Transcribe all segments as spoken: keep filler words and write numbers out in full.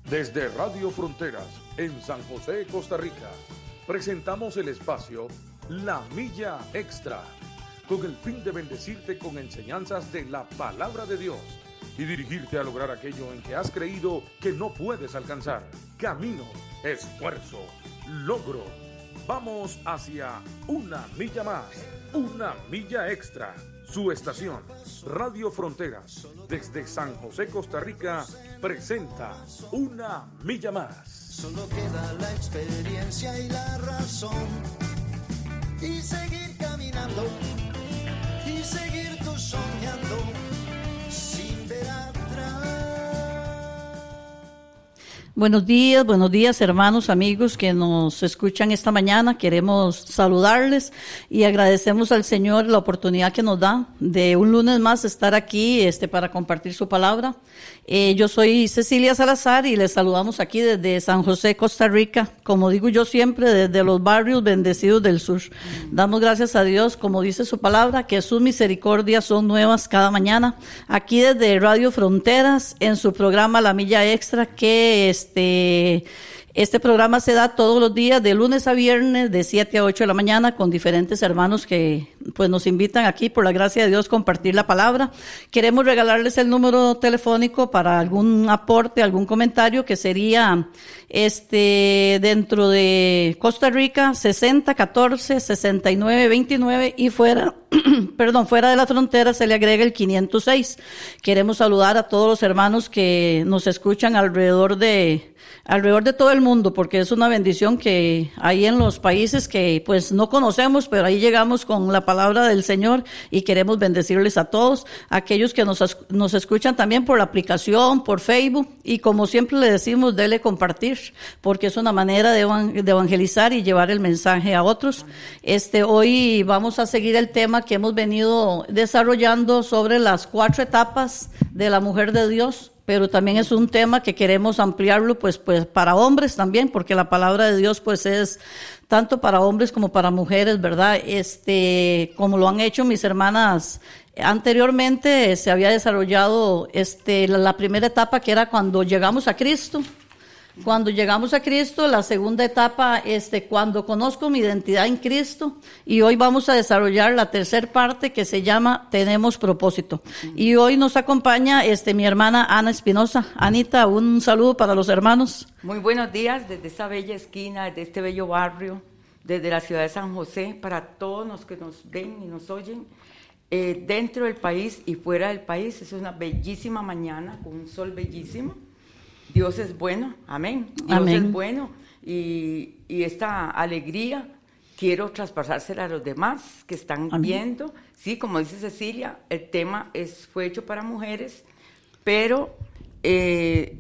Desde Radio Fronteras, en San José, Costa Rica, presentamos el espacio La Milla Extra, con el fin de bendecirte con enseñanzas de la Palabra de Dios y dirigirte a lograr aquello en que has creído que no puedes alcanzar. Camino, esfuerzo, logro. Vamos hacia una milla más, una milla extra. Su estación, Radio Fronteras, desde San José, Costa Rica, presenta Una Milla Más. Solo queda la experiencia y la razón, y seguir caminando, y seguir tú soñando, sin ver atrás. Buenos días, buenos días hermanos, amigos que nos escuchan esta mañana. Queremos saludarles y agradecemos al Señor la oportunidad que nos da de un lunes más estar aquí este, para compartir su palabra. Eh, yo soy Cecilia Salazar y les saludamos aquí desde San José, Costa Rica, como digo yo siempre, desde los barrios bendecidos del sur. Damos gracias a Dios, como dice su palabra, que sus misericordias son nuevas cada mañana. Aquí desde Radio Fronteras, en su programa La Milla Extra, que este... Este programa se da todos los días, de lunes a viernes, de siete a ocho de la mañana, con diferentes hermanos que pues nos invitan aquí, por la gracia de Dios, compartir la palabra. Queremos regalarles el número telefónico para algún aporte, algún comentario, que sería este dentro de Costa Rica, sesenta catorce sesenta y nueve veintinueve, y fuera, perdón, fuera de la frontera se le agrega el quinientos seis. Queremos saludar a todos los hermanos que nos escuchan alrededor de alrededor de todo el mundo, porque es una bendición que hay en los países que pues no conocemos, pero ahí llegamos con la palabra del Señor y queremos bendecirles a todos, aquellos que nos, nos escuchan también por la aplicación, por Facebook, y como siempre le decimos, dele compartir, porque es una manera de, de evangelizar y llevar el mensaje a otros. Este, hoy vamos a seguir el tema que hemos venido desarrollando sobre las cuatro etapas de la mujer de Dios, pero también es un tema que queremos ampliarlo pues, pues para hombres también, porque la palabra de Dios pues es tanto para hombres como para mujeres, ¿verdad? Este, como lo han hecho mis hermanas anteriormente, se había desarrollado este, la, la primera etapa, que era cuando llegamos a Cristo. Cuando llegamos a Cristo, la segunda etapa, este, cuando conozco mi identidad en Cristo, y hoy vamos a desarrollar la tercera parte que se llama Tenemos Propósito. Y hoy nos acompaña este, mi hermana Ana Espinosa. Anita, un saludo para los hermanos. Muy buenos días desde esta bella esquina, desde este bello barrio, desde la ciudad de San José, para todos los que nos ven y nos oyen, eh, dentro del país y fuera del país. Es una bellísima mañana, con un sol bellísimo. Dios es bueno, amén. Dios amén. Es bueno, y, y esta alegría quiero traspasársela a los demás que están amén. Viendo. Sí, como dice Cecilia, el tema es, fue hecho para mujeres, pero eh,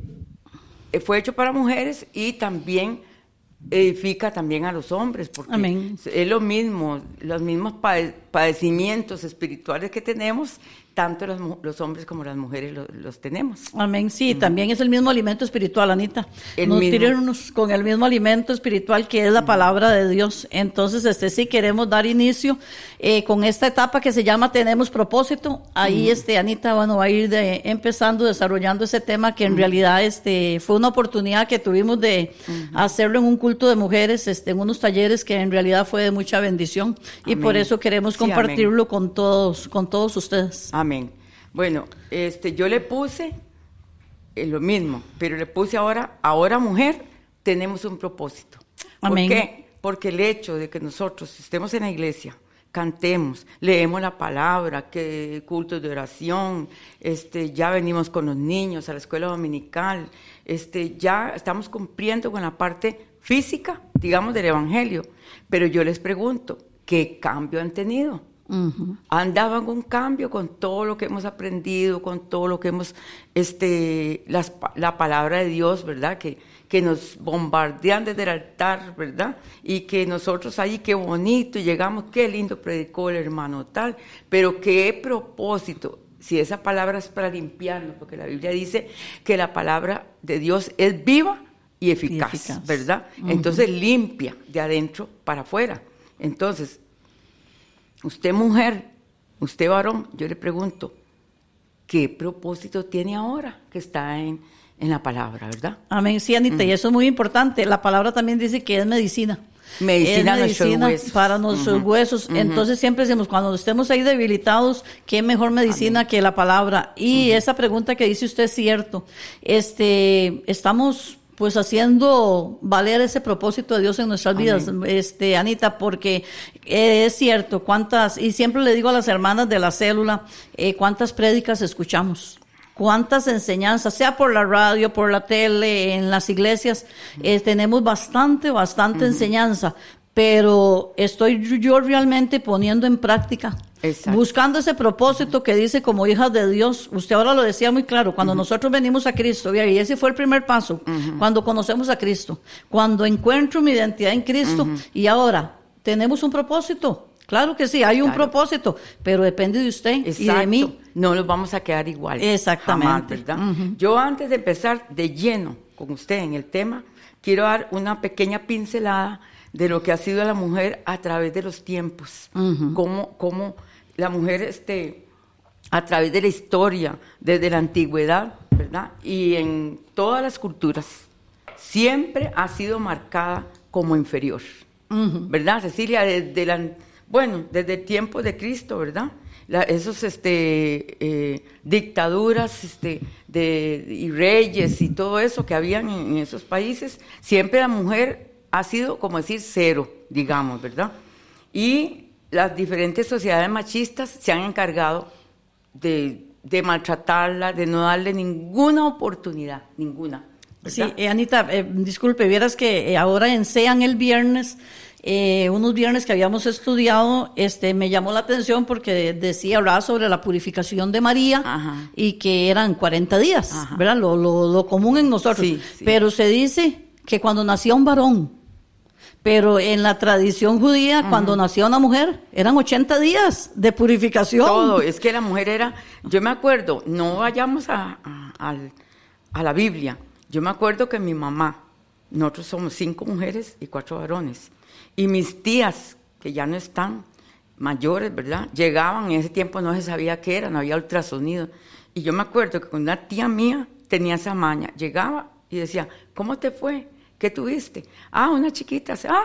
fue hecho para mujeres y también edifica también a los hombres, porque amén. Es lo mismo, los mismos padecimientos espirituales que tenemos, tanto los, los hombres como las mujeres los, los tenemos. Amén, sí, uh-huh. También es el mismo alimento espiritual, Anita. El Nutrirnos con el mismo alimento espiritual que es la uh-huh. palabra de Dios. Entonces, este sí queremos dar inicio eh, con esta etapa que se llama Tenemos Propósito. Ahí, uh-huh. este Anita, bueno, va a ir de, empezando, desarrollando ese tema que en uh-huh. realidad este fue una oportunidad que tuvimos de uh-huh. hacerlo en un culto de mujeres, este, en unos talleres que en realidad fue de mucha bendición. Y amén. Por eso queremos compartirlo sí, con todos, con todos ustedes. Amén. Amén. Bueno, este, yo le puse eh, lo mismo, pero le puse ahora, ahora mujer, tenemos un propósito. Amén. ¿Por qué? Porque el hecho de que nosotros estemos en la iglesia, cantemos, leemos la palabra, que cultos de oración, este, ya venimos con los niños a la escuela dominical, este, ya estamos cumpliendo con la parte física, digamos, del evangelio. Pero yo les pregunto, ¿qué cambio han tenido? Uh-huh. Andaban un cambio con todo lo que hemos aprendido, con todo lo que hemos, este, las, la palabra de Dios, ¿verdad? Que, que nos bombardean desde el altar, ¿verdad? Y que nosotros ahí, qué bonito, y llegamos, qué lindo predicó el hermano tal, pero qué propósito, si esa palabra es para limpiarnos, porque la Biblia dice que la palabra de Dios es viva y eficaz, y eficaz. ¿Verdad? Uh-huh. Entonces limpia de adentro para afuera. Entonces, usted mujer, usted varón, yo le pregunto, ¿qué propósito tiene ahora que está en, en la palabra, ¿verdad? Amén, sí, Anita, uh-huh. y eso es muy importante. La palabra también dice que es medicina. Medicina, es medicina nuestros huesos. Para nuestros uh-huh. huesos. Uh-huh. Entonces siempre decimos, cuando estemos ahí debilitados, qué mejor medicina Amén. Que la palabra. Y uh-huh. esa pregunta que dice usted es cierto. Este, estamos pues haciendo valer ese propósito de Dios en nuestras Amén. Vidas, este, Anita, porque eh, es cierto, cuántas, y siempre le digo a las hermanas de la célula, eh, cuántas prédicas escuchamos. Cuántas enseñanzas, sea por la radio, por la tele, en las iglesias, eh, tenemos bastante, bastante uh-huh. enseñanza, pero estoy yo realmente poniendo en práctica, Exacto. buscando ese propósito que dice como hijas de Dios. Usted ahora lo decía muy claro, cuando uh-huh. nosotros venimos a Cristo, y ese fue el primer paso, uh-huh. cuando conocemos a Cristo, cuando encuentro mi identidad en Cristo, uh-huh. y ahora tenemos un propósito. Claro que sí, hay un claro. propósito, pero depende de usted Exacto. Y de mí. No nos vamos a quedar igual. Exactamente. Jamás, ¿verdad? Uh-huh. Yo antes de empezar de lleno con usted en el tema, quiero dar una pequeña pincelada de lo que ha sido la mujer a través de los tiempos. Uh-huh. Cómo, cómo la mujer, este, a través de la historia, desde la antigüedad, ¿verdad? Y en todas las culturas, siempre ha sido marcada como inferior. Uh-huh. ¿Verdad, Cecilia? Desde la... Bueno, desde el tiempo de Cristo, ¿verdad? La, esos este, eh, dictaduras este, de, y reyes y todo eso que habían en, en esos países, siempre la mujer ha sido, como decir, cero, digamos, ¿verdad? Y las diferentes sociedades machistas se han encargado de, de maltratarla, de no darle ninguna oportunidad, ninguna. ¿Verdad? Sí, eh, Anita, eh, disculpe, vieras que eh, ahora en SEAN el viernes... Eh, unos viernes que habíamos estudiado, este, me llamó la atención porque decía, hablaba sobre la purificación de María Ajá. y que eran cuarenta días, Ajá. ¿verdad? Lo, lo, lo común en nosotros. Sí, sí. Pero se dice que cuando nacía un varón, pero en la tradición judía, uh-huh. cuando nacía una mujer, eran ochenta días de purificación. Todo, es que la mujer era, yo me acuerdo, no vayamos a, a, a, a la Biblia, yo me acuerdo que mi mamá, nosotros somos cinco mujeres y cuatro varones, y mis tías, que ya no están, mayores, ¿verdad? Llegaban, en ese tiempo no se sabía qué era, no había ultrasonido. Y yo me acuerdo que con una tía mía tenía esa maña. Llegaba y decía, ¿cómo te fue? ¿Qué tuviste? Ah, una chiquita. Ah.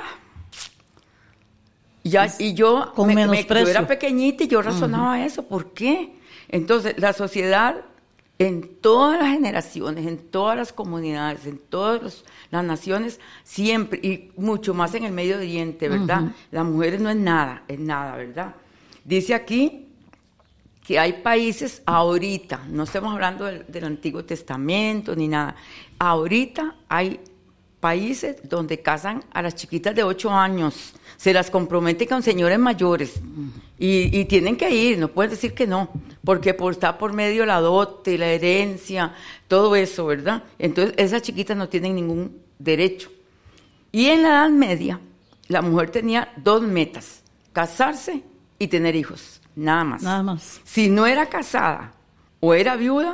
Ya, es y yo, con me, menosprecio. me, yo era pequeñita y yo razonaba uh-huh. eso. ¿Por qué? Entonces, la sociedad... En todas las generaciones, en todas las comunidades, en todas los, las naciones, siempre, y mucho más en el Medio Oriente, ¿verdad? Uh-huh. Las mujeres no es nada, es nada, ¿verdad? Dice aquí que hay países ahorita, no estamos hablando del, del Antiguo Testamento ni nada, ahorita hay países donde casan a las chiquitas de ocho años, se las comprometen con señores mayores y, y tienen que ir, no pueden decir que no, porque por, está por medio la dote, la herencia, todo eso, ¿verdad? Entonces esas chiquitas no tienen ningún derecho. Y en la Edad Media, la mujer tenía dos metas, casarse y tener hijos, nada más. Nada más. Si no era casada o era viuda,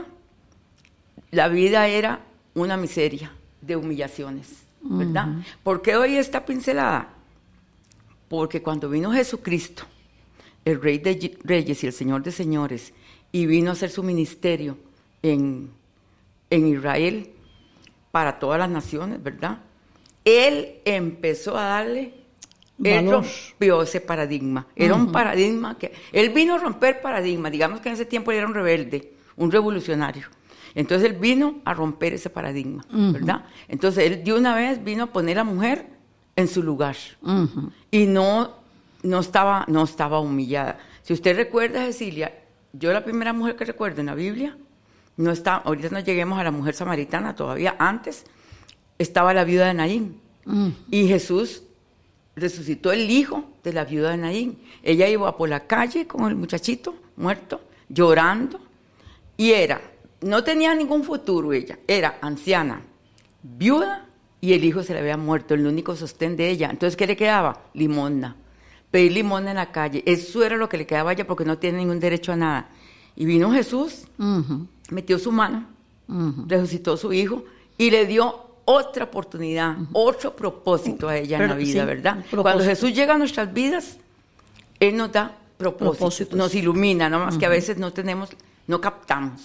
la vida era una miseria de humillaciones, ¿verdad? Uh-huh. ¿Por qué doy esta pincelada? Porque cuando vino Jesucristo, el Rey de Reyes y el Señor de Señores, y vino a hacer su ministerio en, en Israel para todas las naciones, ¿verdad? Él empezó a darle, Valor. Él rompió ese paradigma. Era uh-huh. un paradigma que, él vino a romper paradigma, digamos que en ese tiempo él era un rebelde, un revolucionario. Entonces él vino a romper ese paradigma, uh-huh. ¿verdad? Entonces él de una vez vino a poner a la mujer en su lugar uh-huh. y no, no, estaba, no estaba humillada. Si usted recuerda, Cecilia, yo la primera mujer que recuerdo en la Biblia, no está, ahorita no lleguemos a la mujer samaritana, todavía antes estaba la viuda de Naín uh-huh. y Jesús resucitó el hijo de la viuda de Naín. Ella iba por la calle con el muchachito muerto, llorando, y era... No tenía ningún futuro ella, era anciana, viuda, y el hijo se le había muerto, el único sostén de ella. Entonces, ¿qué le quedaba? Limosna. Pedir limosna en la calle. Eso era lo que le quedaba a ella porque no tiene ningún derecho a nada. Y vino Jesús, uh-huh. metió su mano, uh-huh. resucitó a su hijo y le dio otra oportunidad, uh-huh. otro propósito a ella Pero, en la vida, sí, ¿verdad? Cuando Jesús llega a nuestras vidas, Él nos da propósitos, propósitos. Nos ilumina, no más uh-huh. que a veces no tenemos, no captamos.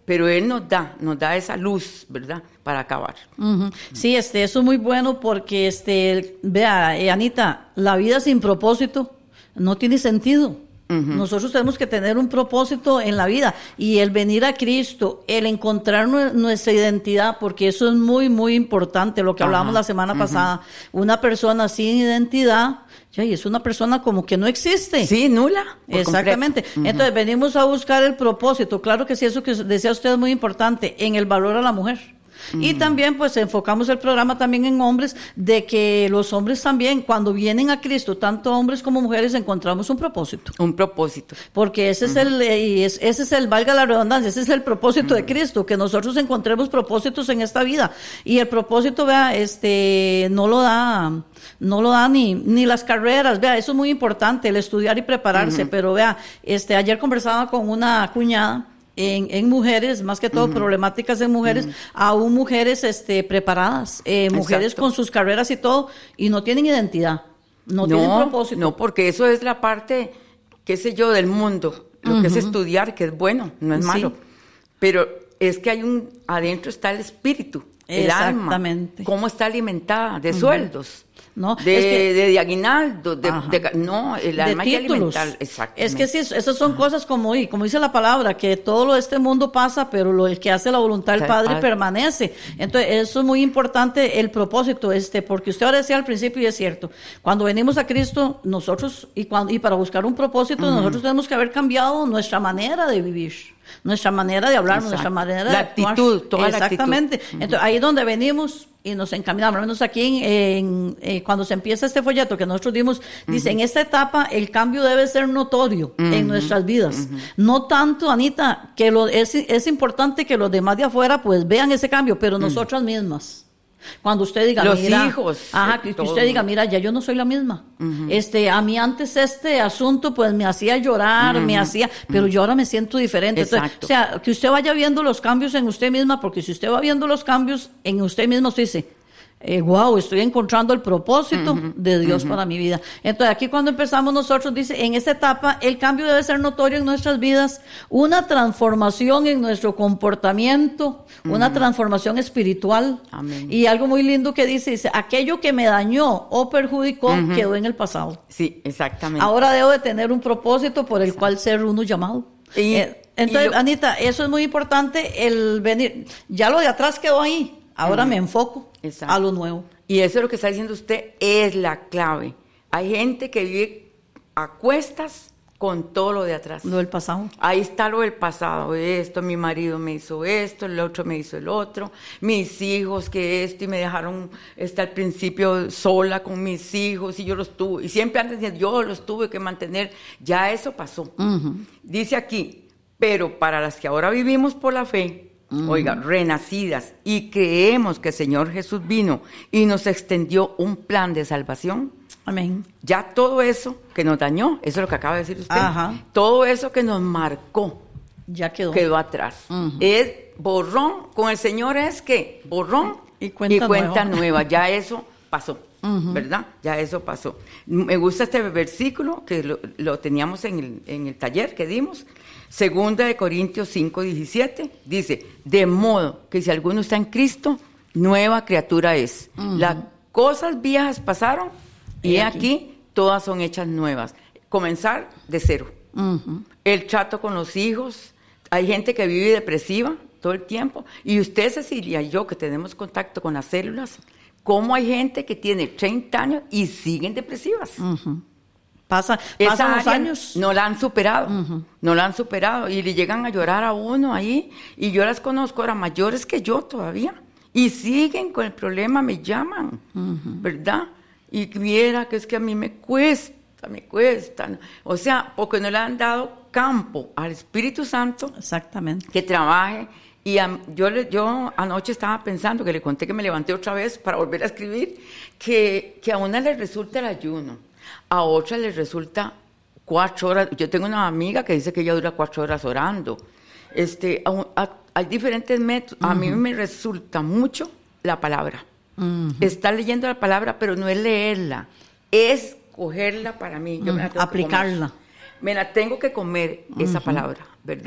pero Él nos da, nos da esa luz, ¿verdad?, para acabar. Uh-huh. Sí, este, eso es muy bueno porque, este, vea, eh, Anita, la vida sin propósito no tiene sentido. Uh-huh. Nosotros tenemos que tener un propósito en la vida y el venir a Cristo, el encontrar nuestra identidad, porque eso es muy, muy importante, lo que Ajá. hablábamos la semana uh-huh. pasada. Una persona sin identidad, ya, y es una persona como que no existe. Sí, nula. Exactamente. Uh-huh. Entonces venimos a buscar el propósito. Claro que sí, eso que decía usted es muy importante, en el valor a la mujer. Uh-huh. Y también pues enfocamos el programa también en hombres, de que los hombres también cuando vienen a Cristo, tanto hombres como mujeres, encontramos un propósito. Un propósito. Porque ese uh-huh. es el, y es, ese es el, valga la redundancia, ese es el propósito uh-huh. de Cristo, que nosotros encontremos propósitos en esta vida. Y el propósito, vea, este, no lo da, no lo da ni, ni las carreras, vea, eso es muy importante, el estudiar y prepararse, uh-huh. pero vea, este, ayer conversaba con una cuñada, En, en mujeres, más que todo uh-huh. problemáticas en mujeres, uh-huh. aún mujeres este, preparadas, eh, mujeres Exacto. con sus carreras y todo, y no tienen identidad, no, no tienen propósito. No, porque eso es la parte, qué sé yo, del mundo, lo uh-huh. que es estudiar, que es bueno, no es malo, sí. pero es que hay un, adentro está el espíritu, el alma, cómo está alimentada, de uh-huh. sueldos. No, de, es que, de, de aguinaldo, de, de, no, el alma hay que alimentar, exactamente. Es que sí, esas son Ajá. cosas como, y como dice la palabra, que todo lo de este mundo pasa, pero lo el que hace la voluntad del Padre, Padre permanece. Entonces, eso es muy importante, el propósito, este, porque usted ahora decía al principio, y es cierto, cuando venimos a Cristo, nosotros, y, cuando, y para buscar un propósito, uh-huh. nosotros tenemos que haber cambiado nuestra manera de vivir, nuestra manera de hablar, Exacto. nuestra manera de la actuar. Actitud, toda Exactamente. La actitud. Entonces, ahí es donde venimos y nos encaminamos. Al menos aquí, en, en, eh, cuando se empieza este folleto que nosotros dimos, uh-huh. dice, en esta etapa el cambio debe ser notorio uh-huh. en nuestras vidas. Uh-huh. No tanto, Anita, que lo, es, es importante que los demás de afuera pues vean ese cambio, pero nosotras uh-huh. mismas. Cuando usted diga, los mira, hijos, ajá, que todo. usted diga, mira, ya yo no soy la misma. Uh-huh. Este, a mí antes este asunto pues me hacía llorar, uh-huh. me hacía, pero uh-huh. yo ahora me siento diferente. Entonces, o sea, que usted vaya viendo los cambios en usted misma, porque si usted va viendo los cambios en usted mismo, usted dice, Eh, wow, estoy encontrando el propósito uh-huh, de Dios uh-huh. para mi vida. Entonces, aquí cuando empezamos nosotros, dice, en esta etapa, el cambio debe ser notorio en nuestras vidas, una transformación en nuestro comportamiento, uh-huh. una transformación espiritual. Amén. Y algo muy lindo que dice, dice, aquello que me dañó o perjudicó uh-huh. quedó en el pasado. Sí, exactamente. Ahora debo de tener un propósito por el Exacto. cual ser uno llamado. Y, eh, entonces, y lo... Anita, eso es muy importante, el venir, ya lo de atrás quedó ahí, ahora uh-huh. me enfoco Exacto. a lo nuevo. Y eso es lo que está diciendo usted, es la clave. Hay gente que vive a cuestas con todo lo de atrás. Lo del pasado. Ahí está lo del pasado. Esto, mi marido me hizo esto, el otro me hizo el otro, mis hijos que esto, y me dejaron este, al principio sola con mis hijos, y yo los tuve, y siempre antes decían, yo los tuve que mantener. Ya eso pasó. Uh-huh. Dice aquí, pero para las que ahora vivimos por la fe, Uh-huh. oiga, renacidas, y creemos que el Señor Jesús vino y nos extendió un plan de salvación. Amén. Ya todo eso que nos dañó, eso es lo que acaba de decir usted, Ajá. todo eso que nos marcó, ya quedó, quedó atrás. Uh-huh. Es borrón, con el Señor es que borrón y cuenta, y cuenta nueva. nueva, ya eso pasó. Uh-huh. ¿Verdad? Ya eso pasó. Me gusta este versículo que lo, lo teníamos en el, en el taller que dimos. Segunda de Corintios cinco, diecisiete. Dice, de modo que si alguno está en Cristo, nueva criatura es. Uh-huh. Las cosas viejas pasaron y, y aquí. aquí todas son hechas nuevas. Comenzar de cero. Uh-huh. El trato con los hijos. Hay gente que vive depresiva todo el tiempo. Y usted, Cecilia, y yo, que tenemos contacto con las células, ¿cómo hay gente que tiene treinta años y siguen depresivas? Uh-huh. Pasa, pasan los años. No la han superado, uh-huh. no la han superado. Y le llegan a llorar a uno ahí. Y yo las conozco, eran mayores que yo todavía. Y siguen con el problema, me llaman, uh-huh. ¿verdad? Y viera que es que a mí me cuesta, me cuesta. O sea, porque no le han dado campo al Espíritu Santo. Exactamente. Que trabaje. Y a, yo, le, yo anoche estaba pensando, que le conté que me levanté otra vez para volver a escribir, que, que a una le resulta el ayuno, a otra le resulta cuatro horas. Yo tengo una amiga que dice que ella dura cuatro horas orando. Este, a, a, hay diferentes métodos. Uh-huh. A mí me resulta mucho la palabra. Uh-huh. Estar leyendo la palabra, pero no es leerla, es cogerla para mí. Yo uh-huh. me la tengo aplicarla. Que comer. Me la tengo que comer, uh-huh. esa palabra, ¿verdad?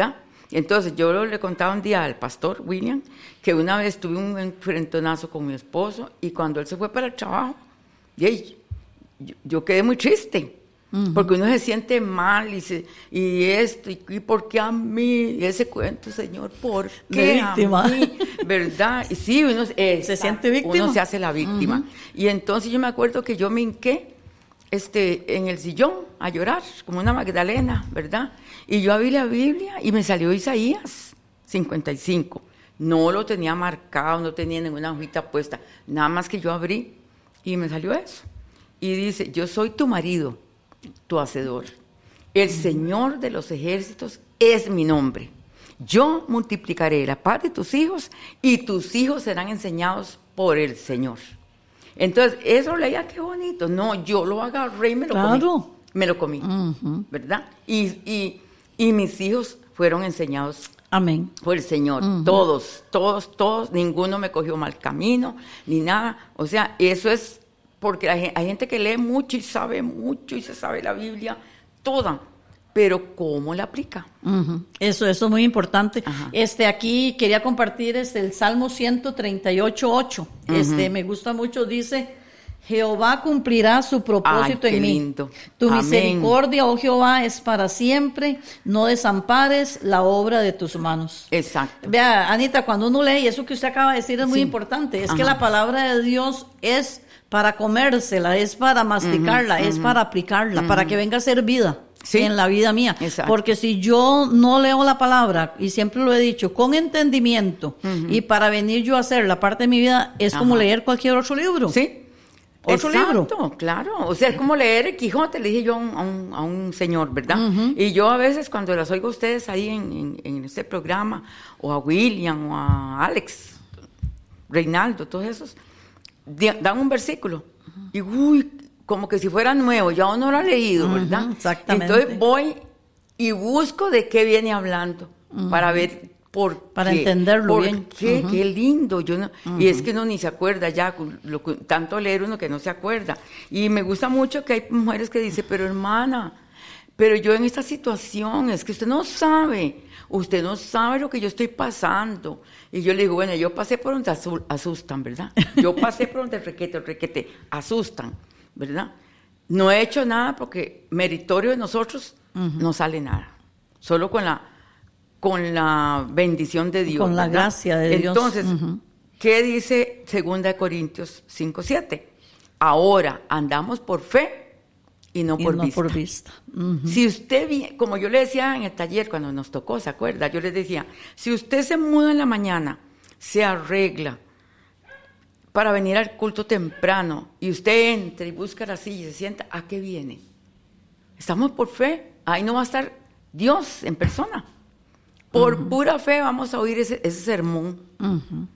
Entonces yo le contaba un día al pastor William que una vez tuve un enfrentonazo con mi esposo y cuando él se fue para el trabajo, y yo, yo quedé muy triste. Uh-huh. Porque uno se siente mal y, se, y esto, y, y ¿por qué a mí? Y ese cuento, Señor, ¿por qué a mí? ¿Verdad? Y sí, uno esta, se siente víctima. Uno se hace la víctima. Uh-huh. Y entonces yo me acuerdo que yo me hinqué este, en el sillón a llorar, como una Magdalena, ¿verdad? Y yo abrí la Biblia y me salió Isaías cincuenta y cinco. No lo tenía marcado, no tenía ninguna hojita puesta, nada más que yo abrí y me salió eso. Y dice, yo soy tu marido, tu hacedor. El Señor de los ejércitos es mi nombre. Yo multiplicaré la paz de tus hijos y tus hijos serán enseñados por el Señor. Entonces, eso leía, qué bonito. No, yo lo agarré y me lo claro. comí. Me lo comí, uh-huh. ¿verdad? Y, y, y mis hijos fueron enseñados Amén. por el Señor. Uh-huh. Todos, todos, todos. Ninguno me cogió mal camino, ni nada. O sea, eso es porque hay, hay gente que lee mucho y sabe mucho y se sabe la Biblia toda, pero ¿cómo la aplica? Uh-huh. Eso, eso es muy importante. Ajá. Este, aquí quería compartir este, el Salmo ciento treinta y ocho, ocho. Uh-huh. Este, me gusta mucho, dice, Jehová cumplirá su propósito Ay, en mí. Lindo. Tu Amén. misericordia, oh Jehová, es para siempre. No desampares la obra de tus manos. Exacto. Vea, Anita, cuando uno lee, eso que usted acaba de decir es muy sí. importante. Es Ajá. que la palabra de Dios es para comérsela, es para masticarla, uh-huh, es uh-huh. para aplicarla, uh-huh. para que venga a ser vida. Sí. En la vida mía. Exacto. Porque si yo no leo la palabra, y siempre lo he dicho, con entendimiento, uh-huh. y para venir yo a hacer la parte de mi vida, es Ajá. como leer cualquier otro libro. Sí. Otro Exacto, libro. Claro. O sea, es como leer el Quijote, le dije yo a un, a un, a un señor, ¿verdad? Uh-huh. Y yo a veces cuando las oigo a ustedes ahí en, en, en este programa, o a William, o a Alex, Reinaldo, todos esos, dan un versículo, uh-huh. y uy, como que si fuera nuevo, ya uno lo ha leído, ¿verdad? Uh-huh, exactamente. Entonces voy y busco de qué viene hablando, uh-huh. para ver por para qué. entenderlo ¿Por bien. qué? Uh-huh. Qué lindo. Yo no, uh-huh. Y es que uno ni se acuerda ya, lo, tanto leer uno que no se acuerda. Y me gusta mucho que hay mujeres que dicen, pero hermana, pero yo en esta situación, es que usted no sabe, usted no sabe lo que yo estoy pasando. Y yo le digo, bueno, yo pasé por donde asustan, ¿verdad? Yo pasé por donde el requete, el requete, asustan, ¿verdad? No he hecho nada porque meritorio de nosotros uh-huh. no sale nada. Solo con la, con la bendición de Dios. Con la ¿verdad? gracia de Dios. Entonces, uh-huh. ¿qué dice segunda de Corintios cinco, siete? Ahora andamos por fe y no y por no vista. por vista. Uh-huh. Si usted, como yo le decía en el taller cuando nos tocó, ¿se acuerda? Yo les decía, si usted se muda en la mañana, se arregla para venir al culto temprano y usted entra y busca la silla y se sienta, ¿a qué viene? Estamos por fe, ahí no va a estar Dios en persona. Por uh-huh. pura fe vamos a oír ese, ese sermón. Uh-huh.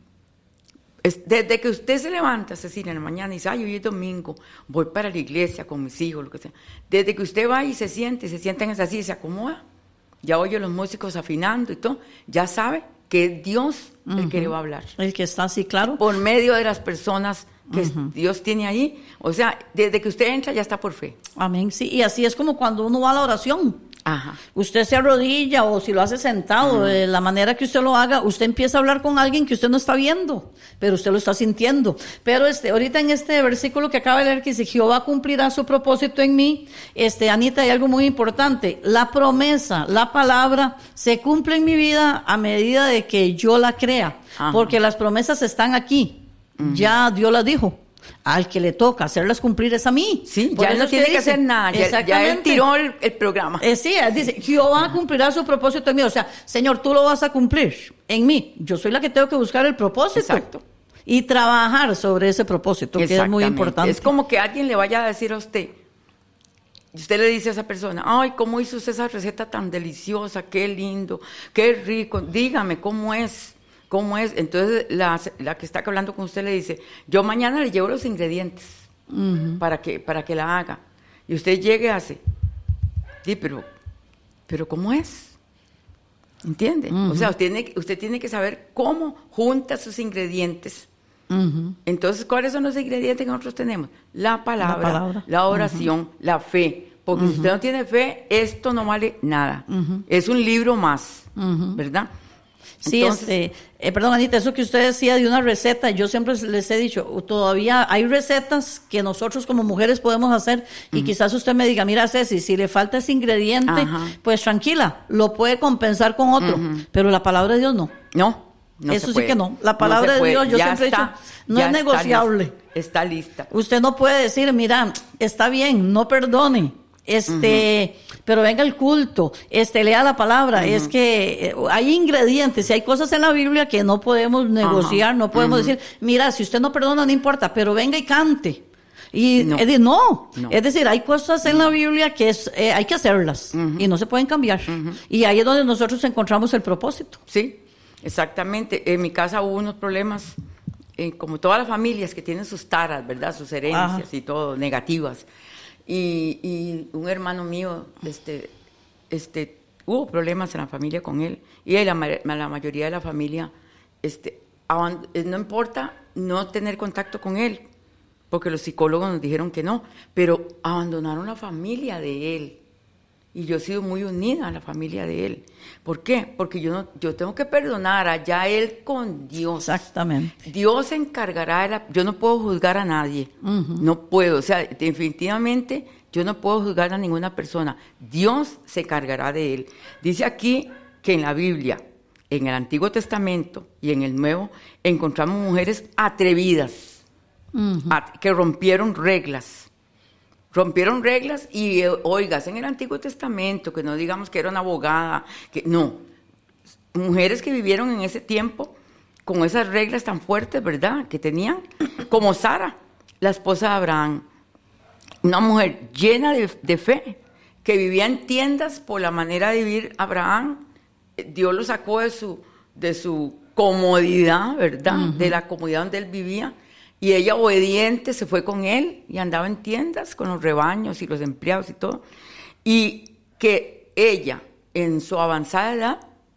Es, desde que usted se levanta, Cecilia, en la mañana y dice, ay, hoy es domingo, voy para la iglesia con mis hijos, lo que sea. Desde que usted va y se siente, se sienta en esa silla y se acomoda, ya oye los músicos afinando y todo, ya sabe que es Dios uh-huh. el que le va a hablar. El que está así, claro. Por medio de las personas que uh-huh. Dios tiene ahí. O sea, desde que usted entra ya está por fe. Amén, sí. Y así es como cuando uno va a la oración. Ajá. Usted se arrodilla o si lo hace sentado, uh-huh. de la manera que usted lo haga, usted empieza a hablar con alguien que usted no está viendo, pero usted lo está sintiendo. Pero este, ahorita en este versículo que acaba de leer que dice, Jehová cumplirá su propósito en mí, este, Anita, hay algo muy importante. La promesa, la palabra, se cumple en mi vida a medida de que yo la crea, Ajá. porque las promesas están aquí. Uh-huh. Ya Dios las dijo. Al que le toca hacerlas cumplir es a mí. Sí, Por ya no tiene que hacer nada, ya, ya él tiró el, el programa. Eh, sí, dice, Jehová cumplirá su propósito en mí. O sea, Señor, tú lo vas a cumplir en mí. Yo soy la que tengo que buscar el propósito. Exacto. Y trabajar sobre ese propósito, que es muy importante. Es como que alguien le vaya a decir a usted, y usted le dice a esa persona, ay, ¿cómo hizo usted esa receta tan deliciosa? Qué lindo, qué rico. Dígame, ¿cómo es? ¿Cómo es? Entonces, la, la que está hablando con usted le dice, yo mañana le llevo los ingredientes uh-huh. para, que, para que la haga. Y usted llegue y hace, sí, pero, pero ¿cómo es? ¿Entiende? Uh-huh. O sea, usted tiene, usted tiene que saber cómo junta sus ingredientes. Uh-huh. Entonces, ¿cuáles son los ingredientes que nosotros tenemos? La palabra, la, palabra. la oración, uh-huh. la fe. porque uh-huh. si usted no tiene fe, esto no vale nada. Uh-huh. Es un libro más, uh-huh. ¿verdad? Sí, Entonces, este, eh, perdón, Anita, eso que usted decía de una receta, yo siempre les he dicho, todavía hay recetas que nosotros como mujeres podemos hacer y uh-huh. quizás usted me diga, mira Ceci, si le falta ese ingrediente, uh-huh. pues tranquila, lo puede compensar con otro, uh-huh. pero la palabra de Dios no. No, no Eso se sí puede. que no, la palabra no de Dios, yo ya siempre está, he dicho, no es negociable. Está lista, está lista. Usted no puede decir, mira, está bien, no perdone. Este, uh-huh. pero venga el culto, este, lea la palabra, uh-huh. es que eh, hay ingredientes y hay cosas en la Biblia que no podemos negociar, uh-huh. no podemos uh-huh. decir, mira, si usted no perdona, no importa, pero venga y cante. Y no, es, decir, no. no. es decir, hay cosas en la Biblia que es, eh, hay que hacerlas uh-huh. y no se pueden cambiar. Uh-huh. Y ahí es donde nosotros encontramos el propósito. Sí, exactamente. En mi casa hubo unos problemas, eh, como todas las familias que tienen sus taras, ¿verdad? Sus herencias uh-huh. y todo, negativas. Y, y un hermano mío, este, este, hubo problemas en la familia con él, y la, la mayoría de la familia, este, no importa no tener contacto con él, porque los psicólogos nos dijeron que no, pero abandonaron la familia de él, y yo he sido muy unida a la familia de él. ¿Por qué? Porque yo no, yo tengo que perdonar allá él con Dios. Exactamente. Dios se encargará de la... Yo no puedo juzgar a nadie. Uh-huh. No puedo. O sea, definitivamente yo no puedo juzgar a ninguna persona. Dios se encargará de él. Dice aquí que en la Biblia, en el Antiguo Testamento y en el Nuevo, encontramos mujeres atrevidas, uh-huh. at- que rompieron reglas. Rompieron reglas y, eh, oigas, en el Antiguo Testamento, que no digamos que era una abogada, que no, mujeres que vivieron en ese tiempo con esas reglas tan fuertes, ¿verdad?, que tenían, como Sara, la esposa de Abraham, una mujer llena de, de fe, que vivía en tiendas por la manera de vivir Abraham. Dios lo sacó de su, de su comodidad, ¿verdad?, uh-huh. de la comodidad donde él vivía. Y ella, obediente, se fue con él y andaba en tiendas con los rebaños y los empleados y todo. Y que ella, en su avanzada edad,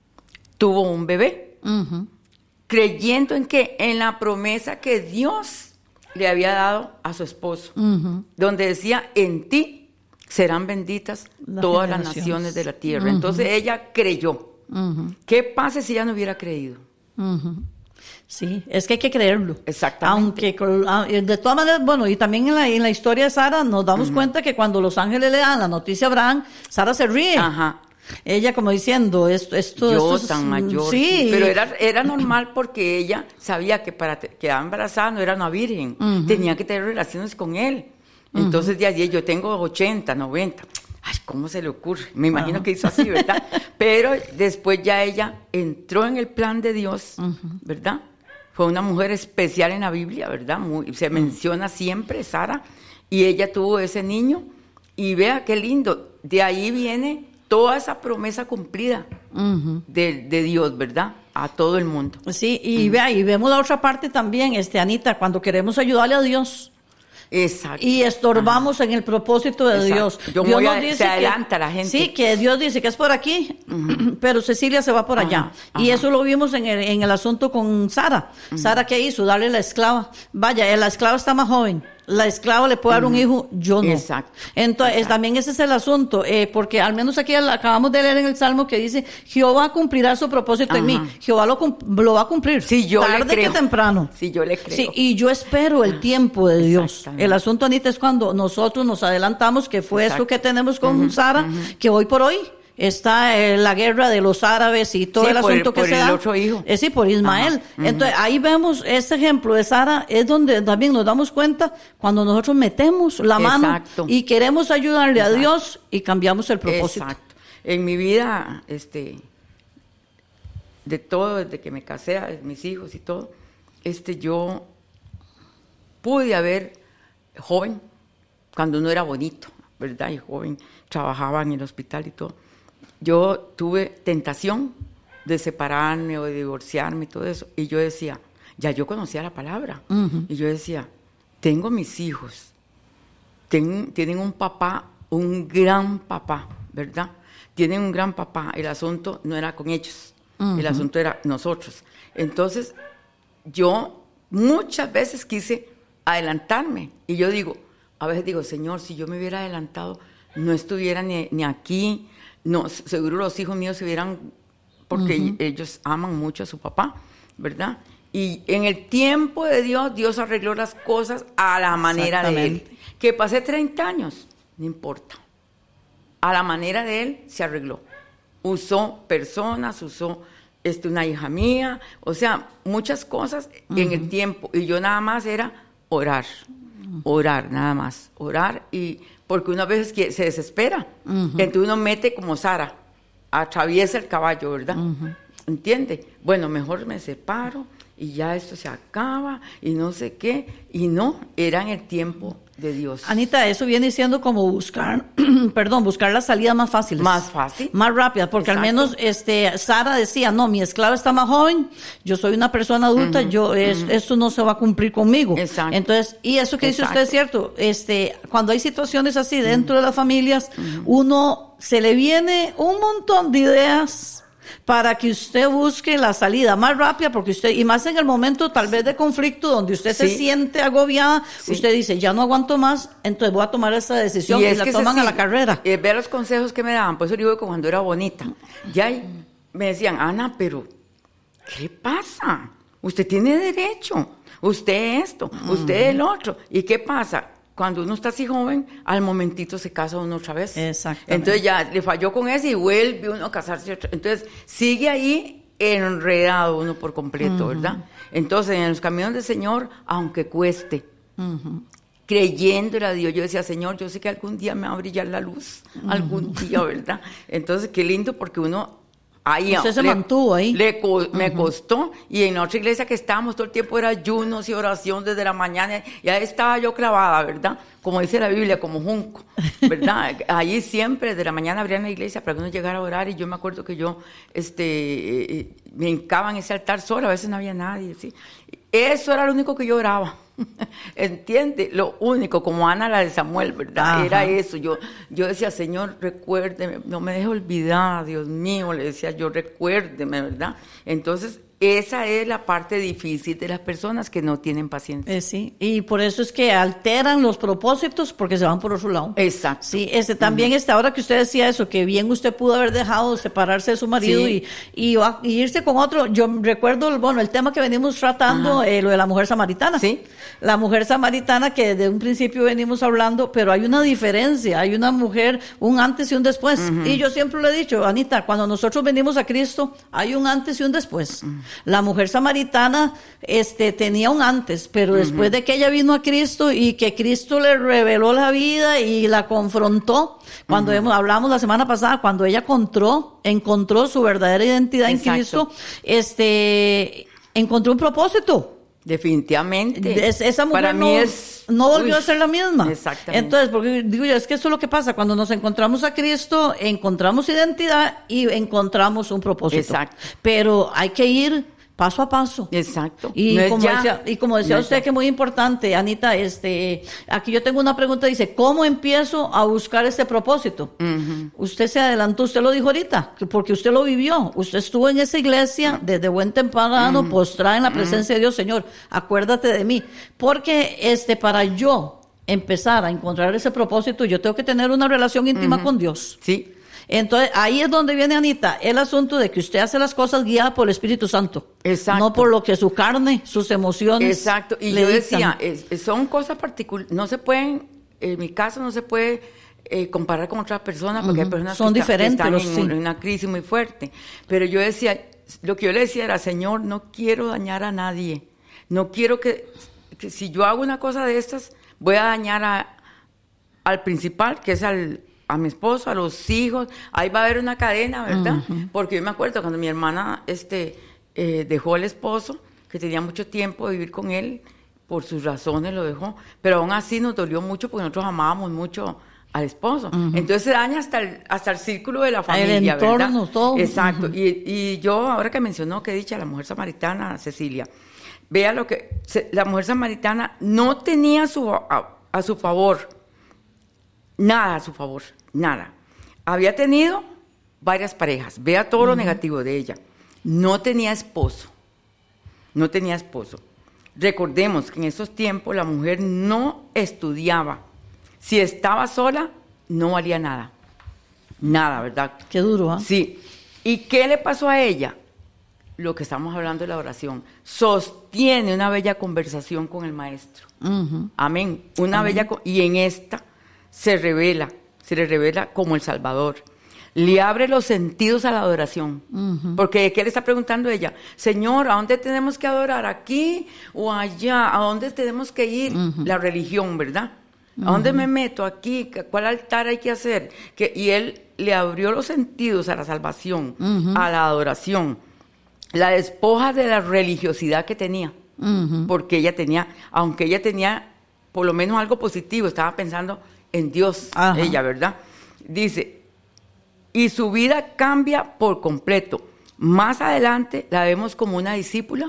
tuvo un bebé. Uh-huh. Creyendo en que, en la promesa que Dios le había dado a su esposo. Uh-huh. Donde decía, en ti serán benditas las todas las naciones de la tierra. Uh-huh. Entonces ella creyó. Uh-huh. ¿Qué pasa si ella no hubiera creído? Uh-huh. Sí, es que hay que creerlo. Exactamente. Aunque, de todas maneras, bueno, y también en la, en la historia de Sara nos damos uh-huh. cuenta que cuando los ángeles le dan la noticia a Abraham, Sara se ríe. Ajá. Ella como diciendo, esto, esto, yo esto tan es, mayor. Sí. Pero era, era normal porque ella sabía que para te, quedar embarazada no era una virgen. Uh-huh. Tenía que tener relaciones con él. Entonces, uh-huh. de allí yo tengo ochenta, noventa. Ay, ¿cómo se le ocurre? Me imagino uh-huh. que hizo así, ¿verdad? Pero después ya ella entró en el plan de Dios, uh-huh. ¿verdad? Fue una mujer especial en la Biblia, ¿verdad? Muy, se menciona siempre, Sara, y ella tuvo ese niño, y vea qué lindo, de ahí viene toda esa promesa cumplida uh-huh. de, de Dios, ¿verdad? A todo el mundo. Sí, y uh-huh. vea, y vemos la otra parte también, este, Anita, cuando queremos ayudarle a Dios. Exacto. Y estorbamos Ajá. en el propósito de Exacto. Dios. Yo Dios voy nos a, dice se que, adelanta la gente. Sí, que Dios dice que es por aquí, uh-huh. pero Cecilia se va por Ajá. allá. Ajá. Y eso lo vimos en el, en el asunto con Sara. Uh-huh. Sara, ¿qué hizo? Darle la esclava. Vaya, la esclava está más joven. La esclava le puede dar uh-huh. un hijo, yo no. Exacto. Entonces, Exacto. también ese es el asunto, eh, porque al menos aquí acabamos de leer en el Salmo que dice, Jehová cumplirá su propósito Ajá. en mí. Jehová lo, lo va a cumplir. Sí, yo tarde le creo. que temprano. Sí, yo le creo. Sí, y yo espero el tiempo de Dios. El asunto, Anita, es cuando nosotros nos adelantamos, que fue Exacto. esto que tenemos con uh-huh. Sara, uh-huh. que hoy por hoy está eh, la guerra de los árabes y todo sí, el asunto por, que por se el da. Otro hijo. Eh, sí, por Ismael. Uh-huh. Entonces, ahí vemos este ejemplo de Sara, es donde también nos damos cuenta cuando nosotros metemos la mano Exacto. y queremos ayudarle Exacto. a Dios y cambiamos el propósito. Exacto. En mi vida, este, de todo, desde que me casé, a mis hijos y todo, este, yo pude haber, joven, cuando uno era bonito, ¿verdad? Y joven, trabajaba en el hospital y todo. Yo tuve tentación de separarme o de divorciarme y todo eso. Y yo decía, ya yo conocía la palabra. Uh-huh. Y yo decía, tengo mis hijos, ten, tienen un papá, un gran papá, ¿verdad? Tienen un gran papá. El asunto no era con ellos, uh-huh. el asunto era nosotros. Entonces, yo muchas veces quise adelantarme. Y yo digo, a veces digo, Señor, si yo me hubiera adelantado, no estuviera ni, ni aquí, no, seguro los hijos míos se hubieran, porque uh-huh. ellos aman mucho a su papá, ¿verdad? Y en el tiempo de Dios, Dios arregló las cosas a la manera de Él. Que pasé treinta años, no importa. A la manera de Él se arregló. Usó personas, usó este, una hija mía, o sea, muchas cosas uh-huh. en el tiempo. Y yo nada más era orar, orar, nada más, orar. Y porque unas veces que se desespera. Uh-huh. Entonces uno mete como Sara, atraviesa el caballo, ¿verdad? Uh-huh. ¿Entiende? Bueno, mejor me separo y ya esto se acaba y no sé qué. Y no, era en el tiempo de Dios. Anita, eso viene siendo como buscar, perdón, buscar las salidas más fáciles. Más fácil. Más rápidas, porque Exacto. al menos este, Sara decía, no, mi esclava está más joven, yo soy una persona adulta, uh-huh, yo es, uh-huh. esto no se va a cumplir conmigo. Exacto. Entonces, y eso que Exacto. dice usted es cierto, este, cuando hay situaciones así dentro uh-huh. de las familias, uh-huh. uno se le viene un montón de ideas para que usted busque la salida más rápida, porque usted, y más en el momento tal vez de conflicto, donde usted sí. se siente agobiada, sí. usted dice, ya no aguanto más, entonces voy a tomar esta decisión, y, y la toman se, a la carrera. Eh, ver los consejos que me daban, por eso digo que cuando era bonita, ya me decían, Ana, pero, ¿qué pasa? Usted tiene derecho, usted esto, uh-huh. usted el otro, ¿y qué pasa? Cuando uno está así joven, al momentito se casa uno otra vez. Exactamente. Entonces ya le falló con ese y vuelve uno a casarse otra. Entonces sigue ahí enredado uno por completo, uh-huh. ¿verdad? Entonces en los caminos del Señor, aunque cueste, uh-huh. creyéndole a Dios, yo decía, Señor, yo sé que algún día me va a brillar la luz, uh-huh. algún día, ¿verdad? Entonces qué lindo porque uno... Ahí, Usted se le, mantuvo ahí. Le, me uh-huh. costó, y en otra iglesia que estábamos todo el tiempo era ayunos y oración desde la mañana, y ahí estaba yo clavada, ¿verdad? Como dice la Biblia, como junco, ¿verdad? Ahí siempre, desde la mañana abrían la iglesia para que uno llegara a orar, y yo me acuerdo que yo este, eh, me hincaba en ese altar sola, a veces no había nadie, ¿sí? Eso era lo único que yo oraba. ¿Entiende? Lo único, como Ana la de Samuel, ¿verdad? Ajá. Era eso. Yo, yo decía, Señor, recuérdeme, no me deje olvidar, Dios mío, le decía yo, recuérdeme, ¿verdad? Entonces, esa es la parte difícil de las personas que no tienen paciencia. Eh, sí, y por eso es que alteran los propósitos porque se van por otro lado. Exacto. Sí, este, también uh-huh. este, ahora que usted decía eso, que bien usted pudo haber dejado separarse de su marido sí. y, y, y irse con otro. Yo recuerdo, bueno, el tema que venimos tratando, uh-huh. eh, lo de la mujer samaritana. Sí. La mujer samaritana que desde un principio venimos hablando, pero hay una diferencia, hay una mujer, un antes y un después. Uh-huh. Y yo siempre le he dicho, Anita, cuando nosotros venimos a Cristo, hay un antes y un después. Uh-huh. La mujer samaritana este, tenía un antes, pero uh-huh. después de que ella vino a Cristo y que Cristo le reveló la vida y la confrontó, cuando uh-huh. hemos, hablamos la semana pasada, cuando ella encontró, encontró su verdadera identidad Exacto. en Cristo, este, encontró un propósito. Definitivamente. Es, esa mujer Para no, mí es, no volvió uy, a ser la misma. Exactamente. Entonces, porque digo yo, es que eso es lo que pasa. Cuando nos encontramos a Cristo, encontramos identidad y encontramos un propósito. Exacto. Pero hay que ir paso a paso. Exacto. Y, no como, decía, y como decía no usted, que es muy importante, Anita, este, aquí yo tengo una pregunta, dice, ¿cómo empiezo a buscar este propósito? Uh-huh. Usted se adelantó, usted lo dijo ahorita, porque usted lo vivió. Usted estuvo en esa iglesia desde buen temprano, uh-huh. postrada en la presencia uh-huh. de Dios. Señor, acuérdate de mí. Porque este, para yo empezar a encontrar ese propósito, yo tengo que tener una relación íntima uh-huh. con Dios. Sí. Entonces, ahí es donde viene, Anita, el asunto de que usted hace las cosas guiadas por el Espíritu Santo. Exacto. No por lo que su carne, sus emociones. Exacto. Y le yo dictan. decía, es, son cosas particulares, no se pueden, en mi caso no se puede eh, comparar con otras personas, porque uh-huh. hay personas son que, diferentes, está, que los, están en, sí. en una crisis muy fuerte. Pero yo decía, lo que yo le decía era, Señor, no quiero dañar a nadie. No quiero que, que si yo hago una cosa de estas, voy a dañar a, al principal, que es al... a mi esposo, a los hijos, ahí va a haber una cadena, ¿verdad? Uh-huh. Porque yo me acuerdo cuando mi hermana este, eh, dejó al esposo, que tenía mucho tiempo de vivir con él, por sus razones lo dejó, pero aún así nos dolió mucho porque nosotros amábamos mucho al esposo. Uh-huh. Entonces se daña hasta el, hasta el círculo de la familia, el entorno, ¿verdad? todo. Exacto. Uh-huh. Y, y yo, ahora que mencionó, que he dicho, la mujer samaritana, Cecilia, vea lo que, se, la mujer samaritana no tenía su, a, a su favor, nada a su favor, nada. Había tenido varias parejas, vea todo uh-huh. lo negativo de ella. No tenía esposo, no tenía esposo. Recordemos que en esos tiempos la mujer no estudiaba. Si estaba sola, no valía nada. Nada, ¿verdad? Qué duro, ¿ah? ¿eh? Sí. ¿Y qué le pasó a ella? Lo que estamos hablando de la oración. Sostiene una bella conversación con el maestro. Uh-huh. Amén. Una Amén. bella... Y en esta se revela, se le revela como el Salvador. Le abre los sentidos a la adoración. Uh-huh. Porque ¿qué le está preguntando ella? Señor, ¿a dónde tenemos que adorar? ¿Aquí o allá? ¿A dónde tenemos que ir? Uh-huh. La religión, ¿verdad? ¿A dónde uh-huh. me meto? ¿Aquí? ¿Cuál altar hay que hacer? Que, y él le abrió los sentidos a la salvación, uh-huh. a la adoración. La despoja de la religiosidad que tenía. Uh-huh. Porque ella tenía, aunque ella tenía por lo menos algo positivo, estaba pensando en Dios, uh-huh. ella, ¿verdad? Dice, y su vida cambia por completo. Más adelante la vemos como una discípula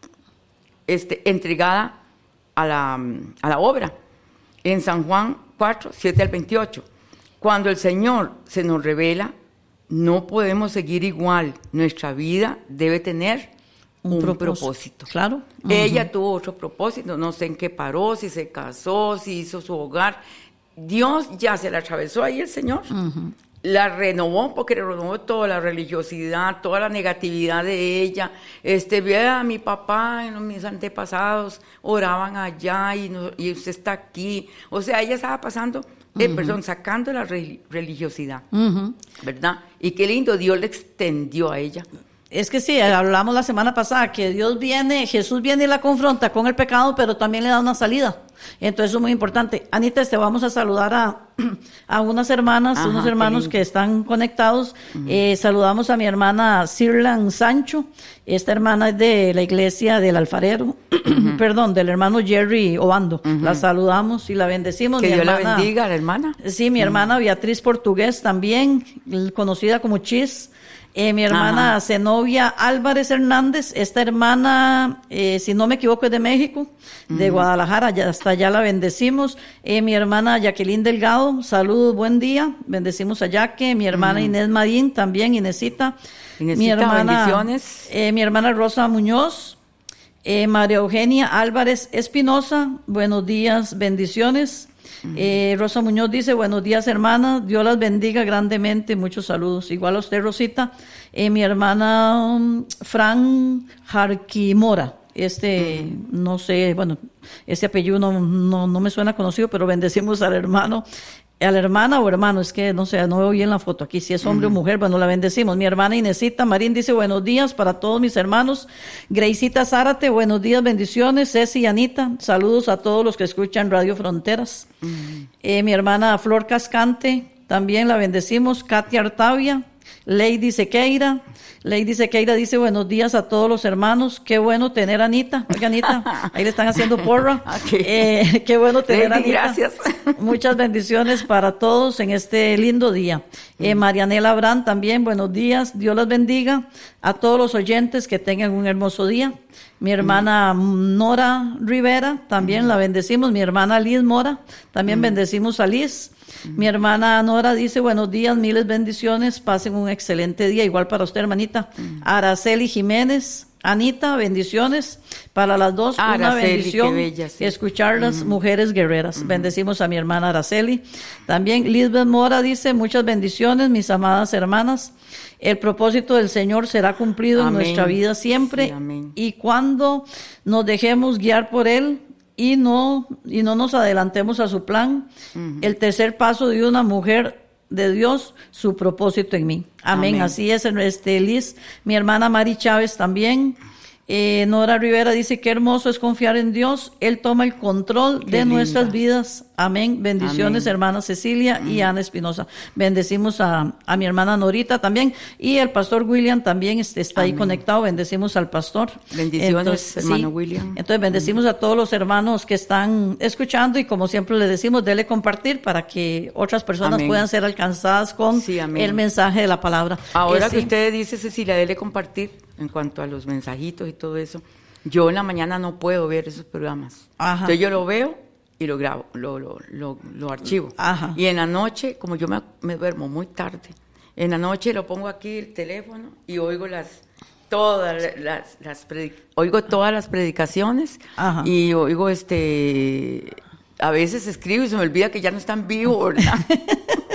este, entregada a la, a la obra. En San Juan cuatro, siete al veintiocho. Cuando el Señor se nos revela, no podemos seguir igual. Nuestra vida debe tener un, un propósito. propósito. Claro. Uh-huh. Ella tuvo otro propósito, no sé en qué paró, si se casó, si hizo su hogar. Dios ya se la atravesó ahí el Señor. Uh-huh. La renovó porque le renovó toda la religiosidad, toda la negatividad de ella. Este, vea a mi papá, en mis antepasados oraban allá y, no, y usted está aquí. O sea, ella estaba pasando, eh, uh-huh. perdón, sacando la re- religiosidad, uh-huh. ¿verdad? Y qué lindo, Dios le extendió a ella. Es que sí, hablamos la semana pasada que Dios viene, Jesús viene y la confronta con el pecado, pero también le da una salida. Entonces eso es muy importante. Anita, te vamos a saludar a, a unas hermanas, Ajá, unos hermanos que están conectados. Uh-huh. Eh, saludamos a mi hermana Sirlan Sancho. Esta hermana es de la iglesia del Alfarero, uh-huh. perdón, del hermano Jerry Obando. Uh-huh. La saludamos y la bendecimos. Que mi Dios hermana, la bendiga, la hermana. Sí, mi uh-huh. hermana Beatriz Portugués también, conocida como Chis. Eh, mi hermana Ajá. Zenobia Álvarez Hernández, esta hermana, eh, si no me equivoco, es de México, uh-huh. de Guadalajara, ya, hasta allá la bendecimos. Eh, mi hermana Jacqueline Delgado, saludos, buen día, bendecimos a Yaque. Mi hermana uh-huh. Inés Marín, también, Inesita. Inesita, mi hermana, bendiciones. Eh, mi hermana Rosa Muñoz, eh, María Eugenia Álvarez Espinosa, buenos días, bendiciones. Uh-huh. Eh, Rosa Muñoz dice, buenos días hermanas, Dios las bendiga grandemente, muchos saludos. Igual a usted, Rosita. Eh, mi hermana um, Fran Jarquimora, este, uh-huh. no sé, bueno, este apellido no, no, no me suena conocido, pero bendecimos al hermano, a la hermana o hermano, es que no sé, no veo bien la foto aquí, si es hombre uh-huh. o mujer, bueno, la bendecimos. Mi hermana Inesita Marín dice, buenos días para todos mis hermanos. Greisita Zárate, buenos días, bendiciones. Ceci y Anita, saludos a todos los que escuchan Radio Fronteras. Uh-huh. Eh, mi hermana Flor Cascante, también la bendecimos. Katia Artavia, Lady Sequeira, Lady Sequeira dice, buenos días a todos los hermanos, qué bueno tener a Anita. Oiga, Anita, ahí le están haciendo porra. Okay. Eh, qué bueno tener Lady, a Anita. Gracias. Muchas bendiciones para todos en este lindo día. Eh, Marianela Abrán también, buenos días, Dios las bendiga. A todos los oyentes que tengan un hermoso día. Mi hermana mm. Nora Rivera, también mm. la bendecimos. Mi hermana Liz Mora, también mm. bendecimos a Liz. Mi hermana Nora dice, buenos días, miles bendiciones, pasen un excelente día, igual para usted, hermanita. Mm. Araceli Jiménez, Anita, bendiciones para las dos, ah, una Araceli, bendición, bella, sí. escuchar las mm. mujeres guerreras. Mm. Bendecimos a mi hermana Araceli. También Lisbeth Mora dice, muchas bendiciones, mis amadas hermanas. El propósito del Señor será cumplido amén. En nuestra vida siempre. Sí, y cuando nos dejemos guiar por Él, y no y no nos adelantemos a su plan. Uh-huh. El tercer paso de una mujer de Dios, su propósito en mí. Amén. Amén. Así es, este, Liz. Mi hermana Mari Chávez también. Eh, Nora Rivera dice, qué hermoso es confiar en Dios. Él toma el control qué de linda. Nuestras vidas. Amén. Bendiciones, amén. Hermana Cecilia mm. y Ana Espinosa. Bendecimos a, a mi hermana Norita también. Y el pastor William también este, está amén. Ahí conectado. Bendecimos al pastor. Bendiciones, entonces, hermano sí. William. Entonces, bendecimos mm. a todos los hermanos que están escuchando. Y como siempre le decimos, dele compartir para que otras personas amén. Puedan ser alcanzadas con sí, el mensaje de la palabra. Ahora eh, que sí. usted dice, Cecilia, dele compartir en cuanto a los mensajitos y todo eso. Yo en la mañana no puedo ver esos programas. Ajá. Entonces yo lo veo y lo grabo, lo, lo, lo, lo archivo. Ajá. Y en la noche, como yo me, me duermo muy tarde, en la noche lo pongo aquí el teléfono y oigo las todas las, las predic- oigo todas las predicaciones. Ajá. Y oigo este a veces escribo y se me olvida que ya no están vivos, ¿verdad?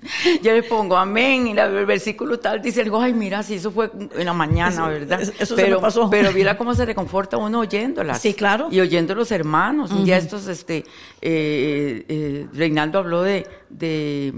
Yo le pongo amén y la, el versículo tal dice algo, ay, mira, si eso fue en la mañana, ¿verdad? Eso, eso pero, se me pasó. Pero mira cómo se reconforta uno oyéndolas. Sí, claro. Y oyendo los hermanos. Uh-huh. Un día estos, este, eh, eh, Reinaldo habló de, de,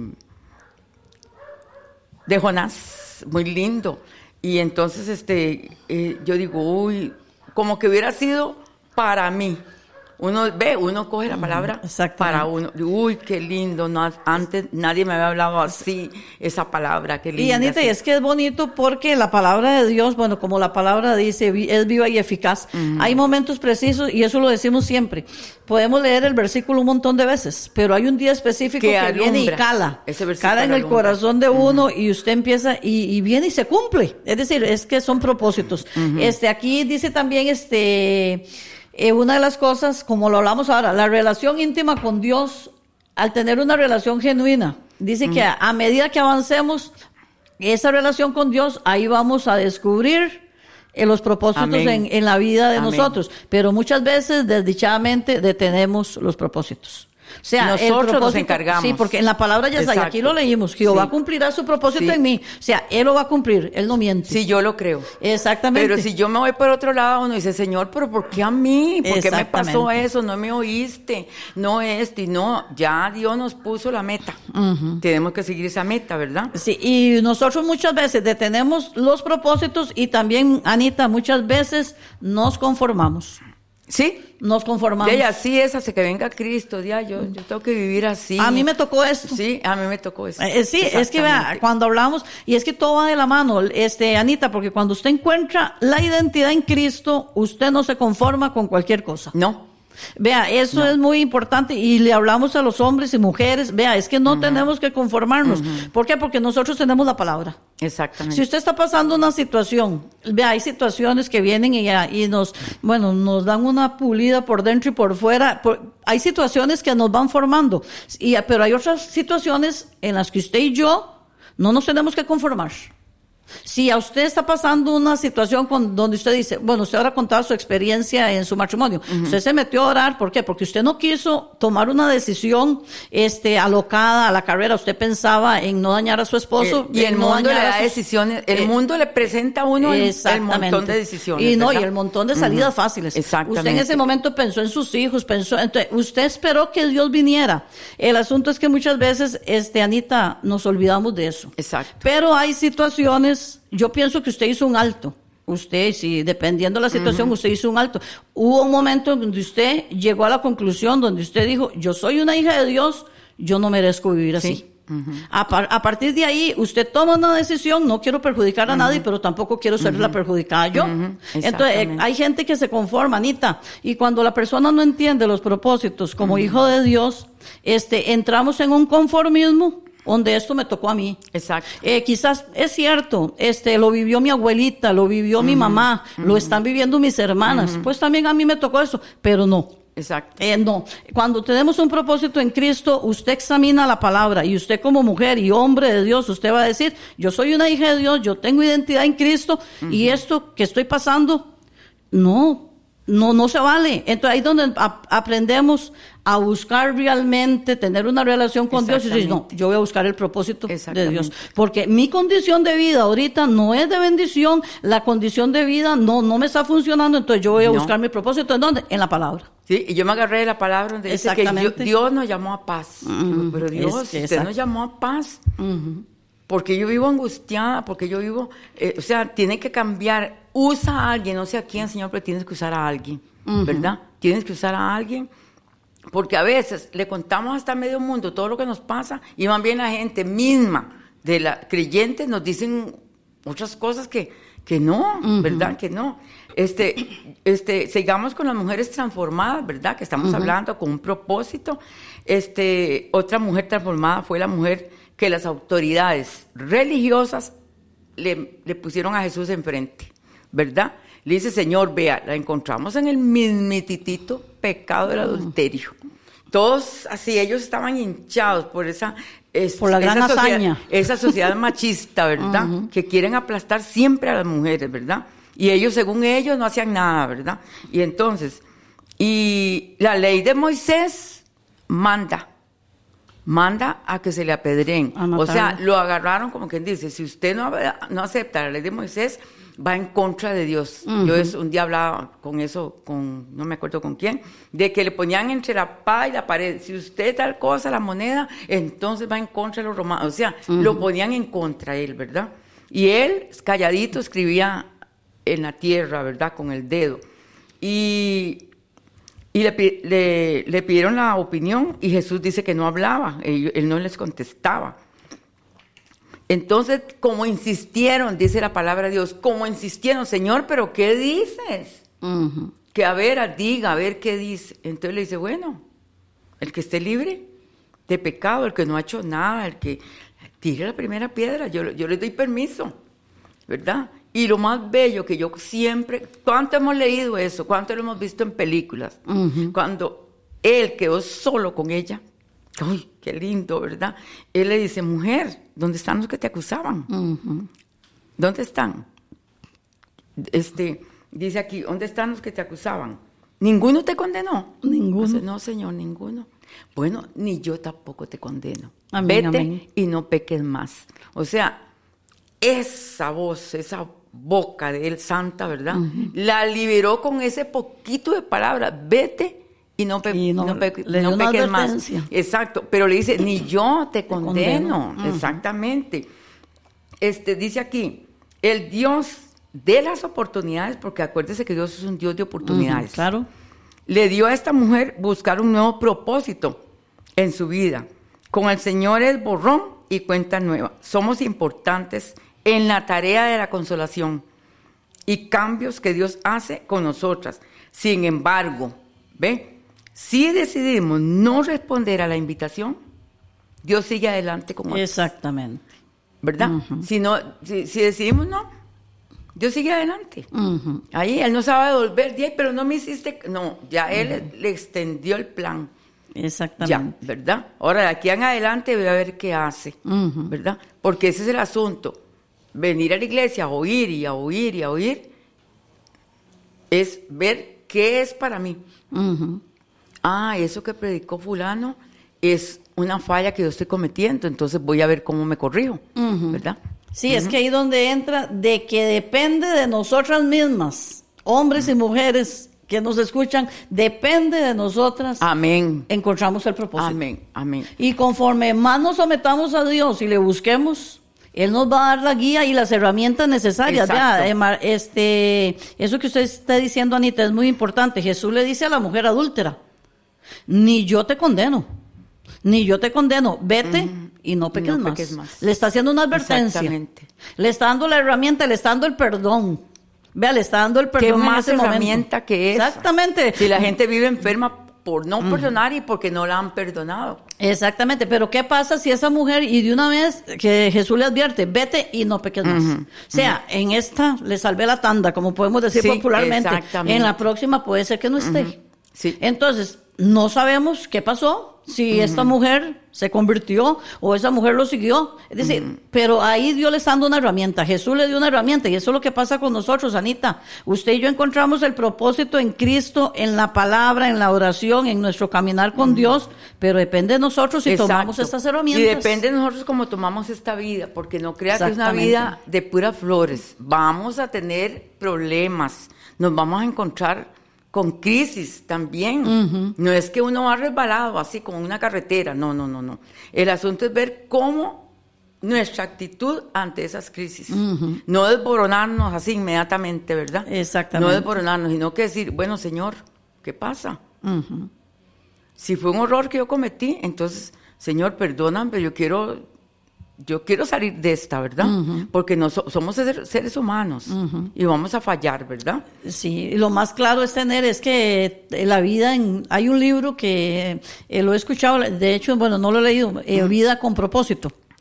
de Jonás, muy lindo. Y entonces, este, eh, yo digo, uy, como que hubiera sido para mí. Uno ve, uno coge la palabra para uno. Uy, qué lindo. No, antes nadie me había hablado así, esa palabra, qué linda. Y Anita, así. y es que es bonito porque la palabra de Dios, bueno, como la palabra dice, es viva y eficaz. Uh-huh. Hay momentos precisos, y eso lo decimos siempre. Podemos leer el versículo un montón de veces, pero hay un día específico que, que viene y cala. Ese versículo cala en el alumbra. Corazón de uno, uh-huh. y usted empieza, y, y viene y se cumple. Es decir, es que son propósitos. Uh-huh. Este, aquí dice también, este... Eh, una de las cosas, como lo hablamos ahora, la relación íntima con Dios, al tener una relación genuina, dice mm. que a, a medida que avancemos esa relación con Dios, ahí vamos a descubrir eh, los propósitos en, en la vida de Amén. Nosotros. Pero muchas veces, desdichadamente, detenemos los propósitos. O sea, nosotros nos encargamos. Sí, porque en la palabra ya está, aquí lo leímos, Jehová sí. cumplirá su propósito sí. en mí. O sea, Él lo va a cumplir, Él no miente. Sí, yo lo creo. Exactamente. Pero si yo me voy por otro lado, uno dice, Señor, ¿pero por qué a mí? ¿Por qué me pasó eso? No me oíste, no este, no, ya Dios nos puso la meta. Uh-huh. Tenemos que seguir esa meta, ¿verdad? Sí, y nosotros muchas veces detenemos los propósitos y también, Anita, muchas veces nos conformamos. Sí, nos conformamos. Y así es, hasta que venga Cristo, ya, yo, yo tengo que vivir así. A mí me tocó esto. Sí, a mí me tocó eso. Eh, sí, es que vea, cuando hablamos, y es que todo va de la mano, este, Anita, porque cuando usted encuentra la identidad en Cristo, usted no se conforma con cualquier cosa. No. Vea, eso no. es muy importante y le hablamos a los hombres y mujeres, vea, es que no uh-huh. tenemos que conformarnos. Uh-huh. ¿Por qué? Porque nosotros tenemos la palabra. Exactamente. Si usted está pasando una situación, vea, hay situaciones que vienen y, y nos, bueno, nos dan una pulida por dentro y por fuera. Por, hay situaciones que nos van formando, y, pero hay otras situaciones en las que usted y yo no nos tenemos que conformar. Si a usted está pasando una situación con, donde usted dice, bueno, usted ahora ha contado su experiencia en su matrimonio, uh-huh. usted se metió a orar, ¿por qué? Porque usted no quiso tomar una decisión este, alocada a la carrera, usted pensaba en no dañar a su esposo. Eh, y el no mundo le da sus, decisiones, el eh, mundo le presenta a uno el, el montón de decisiones. Y no, ¿verdad? y el montón de salidas uh-huh. fáciles. Exactamente. Usted en ese momento pensó en sus hijos, pensó, entonces, usted esperó que Dios viniera. El asunto es que muchas veces, este, Anita, nos olvidamos de eso. Exacto. Pero hay situaciones. Yo pienso que usted hizo un alto. Usted, si dependiendo de la situación, uh-huh. usted hizo un alto. Hubo un momento en donde usted llegó a la conclusión, donde usted dijo, yo soy una hija de Dios, yo no merezco vivir así. Sí. Uh-huh. A, par, a partir de ahí, usted toma una decisión, no quiero perjudicar a uh-huh. nadie, pero tampoco quiero ser uh-huh. la perjudicada yo. Uh-huh. Entonces, eh, hay gente que se conforma, Anita, y cuando la persona no entiende los propósitos como uh-huh. hijo de Dios, este, entramos en un conformismo donde esto me tocó a mí. Exacto. Eh, quizás es cierto, este, lo vivió mi abuelita, lo vivió uh-huh. mi mamá, uh-huh. lo están viviendo mis hermanas, uh-huh. pues también a mí me tocó eso, pero no. Exacto. Eh, no, cuando tenemos un propósito en Cristo, usted examina la palabra y usted como mujer y hombre de Dios, usted va a decir, yo soy una hija de Dios, yo tengo identidad en Cristo uh-huh. y esto que estoy pasando, no, no, no se vale. Entonces ahí es donde a, aprendemos a buscar realmente, tener una relación con Dios y decir, no, yo voy a buscar el propósito de Dios. Porque mi condición de vida ahorita no es de bendición, la condición de vida no, no me está funcionando, entonces yo voy a no. buscar mi propósito. ¿En dónde? En la palabra. Sí, y yo me agarré de la palabra donde dice que yo, Dios nos llamó a paz. Uh-huh. Pero Dios, es que, usted exacto. nos llamó a paz. Uh-huh. Porque yo vivo angustiada, porque yo vivo, eh, o sea, tiene que cambiar. Usa a alguien, no sé a quién, Señor, pero tienes que usar a alguien, uh-huh. ¿verdad? Tienes que usar a alguien, porque a veces le contamos hasta medio mundo todo lo que nos pasa, y más bien la gente misma de la creyente nos dicen muchas cosas que, que no, uh-huh. ¿verdad? Que no. Este, este, sigamos con las mujeres transformadas, ¿verdad? Que estamos uh-huh. hablando con un propósito. Este, otra mujer transformada fue la mujer que las autoridades religiosas le, le pusieron a Jesús enfrente, ¿verdad? Le dice, Señor, vea, la encontramos en el mismititito pecado del adulterio. Todos así, ellos estaban hinchados por esa... Es, por la gran esa sociedad, hazaña. Esa sociedad machista, ¿verdad? Uh-huh. Que quieren aplastar siempre a las mujeres, ¿verdad? Y ellos, según ellos, no hacían nada, ¿verdad? Y entonces, y la ley de Moisés manda, manda a que se le apedreen. A O sea, matarlo. lo agarraron como quien dice, si usted no, no acepta la ley de Moisés, va en contra de Dios. Uh-huh. Yo es, un día hablaba con eso, con no me acuerdo con quién, de que le ponían entre la espada y la pared. Si usted tal cosa, la moneda, entonces va en contra de los romanos. O sea, uh-huh. lo ponían en contra de él, ¿verdad? Y él, calladito, escribía en la tierra, ¿verdad? Con el dedo. Y... Y le, le, le pidieron la opinión y Jesús dice que no hablaba, él, él no les contestaba. Entonces, como insistieron, dice la palabra de Dios, como insistieron, Señor, ¿pero qué dices? Uh-huh. Que a ver, diga, a ver qué dice. Entonces le dice, bueno, el que esté libre de pecado, el que no ha hecho nada, el que tire la primera piedra, yo, yo le doy permiso, ¿verdad? Y lo más bello que yo siempre, ¿cuánto hemos leído eso? ¿Cuánto lo hemos visto en películas? Uh-huh. Cuando él quedó solo con ella, ¡ay, qué lindo!, ¿verdad? Él le dice, mujer, ¿dónde están los que te acusaban? Uh-huh. ¿Dónde están? Este, dice aquí, ¿dónde están los que te acusaban? ¿Ninguno te condenó? Ninguno. Dice, no, Señor, ninguno. Bueno, ni yo tampoco te condeno. Amén, Vete amén. y no peques más. O sea, esa voz, esa boca de él santa, ¿verdad? Uh-huh. La liberó con ese poquito de palabras, vete y no, pe- y no, no, pe- le no dio peques una más. advertencia. Exacto, pero le dice, ni yo te, te condeno. condeno. Uh-huh. Exactamente. Este, dice aquí, el Dios de las oportunidades, porque acuérdese que Dios es un Dios de oportunidades. Uh-huh, claro. Le dio a esta mujer buscar un nuevo propósito en su vida. Con el Señor es borrón y cuenta nueva. Somos importantes en la tarea de la consolación y cambios que Dios hace con nosotras. Sin embargo, ¿ve? Si decidimos no responder a la invitación, Dios sigue adelante con nosotros. Exactamente. ¿Verdad? Uh-huh. Si, no, si, si decidimos no, Dios sigue adelante. Uh-huh. Ahí Él no sabe devolver, pero no me hiciste... No, ya Él uh-huh. le, le extendió el plan. Exactamente. Ya, ¿verdad? Ahora, de aquí en adelante voy a ver qué hace, uh-huh. ¿verdad? Porque ese es el asunto. Venir a la iglesia a oír y a oír y a oír es ver qué es para mí. Uh-huh. Ah, eso que predicó fulano es una falla que yo estoy cometiendo, entonces voy a ver cómo me corrijo, uh-huh. ¿verdad? Sí, uh-huh. es que ahí donde entra de que depende de nosotras mismas, hombres uh-huh. y mujeres que nos escuchan, depende de nosotras. Amén. Encontramos el propósito. Amén, amén. Y conforme más nos sometamos a Dios y le busquemos, Él nos va a dar la guía y las herramientas necesarias. Vea, este, eso que usted está diciendo, Anita, es muy importante. Jesús le dice a la mujer adúltera, ni yo te condeno, ni yo te condeno, vete uh-huh. y no peques, no más. peques más. Le está haciendo una advertencia. Le está dando la herramienta, le está dando el perdón. Vea, le está dando el perdón. ¿Qué más en ese herramienta momento. que es? Exactamente. Si la gente vive enferma por no uh-huh. perdonar y porque no la han perdonado. Exactamente, pero ¿qué pasa si esa mujer, y de una vez que Jesús le advierte, vete y no peques más? Uh-huh. O sea, uh-huh. en esta le salvé la tanda, como podemos decir sí, popularmente. En la próxima puede ser que no esté. Uh-huh. Sí. Entonces, no sabemos qué pasó, si uh-huh. esta mujer se convirtió o esa mujer lo siguió. Es decir, uh-huh. pero ahí Dios le está dando una herramienta, Jesús le dio una herramienta, y eso es lo que pasa con nosotros, Anita. Usted y yo encontramos el propósito en Cristo, en la palabra, en la oración, en nuestro caminar con uh-huh. Dios, pero depende de nosotros si Exacto. tomamos estas herramientas. Y depende de nosotros cómo tomamos esta vida, porque no crea que es una vida de puras flores. Vamos a tener problemas, nos vamos a encontrar con crisis también. Uh-huh. No es que uno va resbalado así como una carretera, no, no, no, no. El asunto es ver cómo nuestra actitud ante esas crisis. Uh-huh. No desboronarnos así inmediatamente, ¿verdad? Exactamente. No desboronarnos, sino que decir, bueno, Señor, ¿qué pasa? Uh-huh. Si fue un error que yo cometí, entonces, Señor, perdóname, pero yo quiero... Yo quiero salir de esta, ¿verdad? Uh-huh. Porque no so, somos seres humanos uh-huh. y vamos a fallar, ¿verdad? Sí, lo más claro es tener, es que la vida, en, hay un libro que eh, lo he escuchado, de hecho, bueno, no lo he leído, eh, uh-huh. Vida con propósito.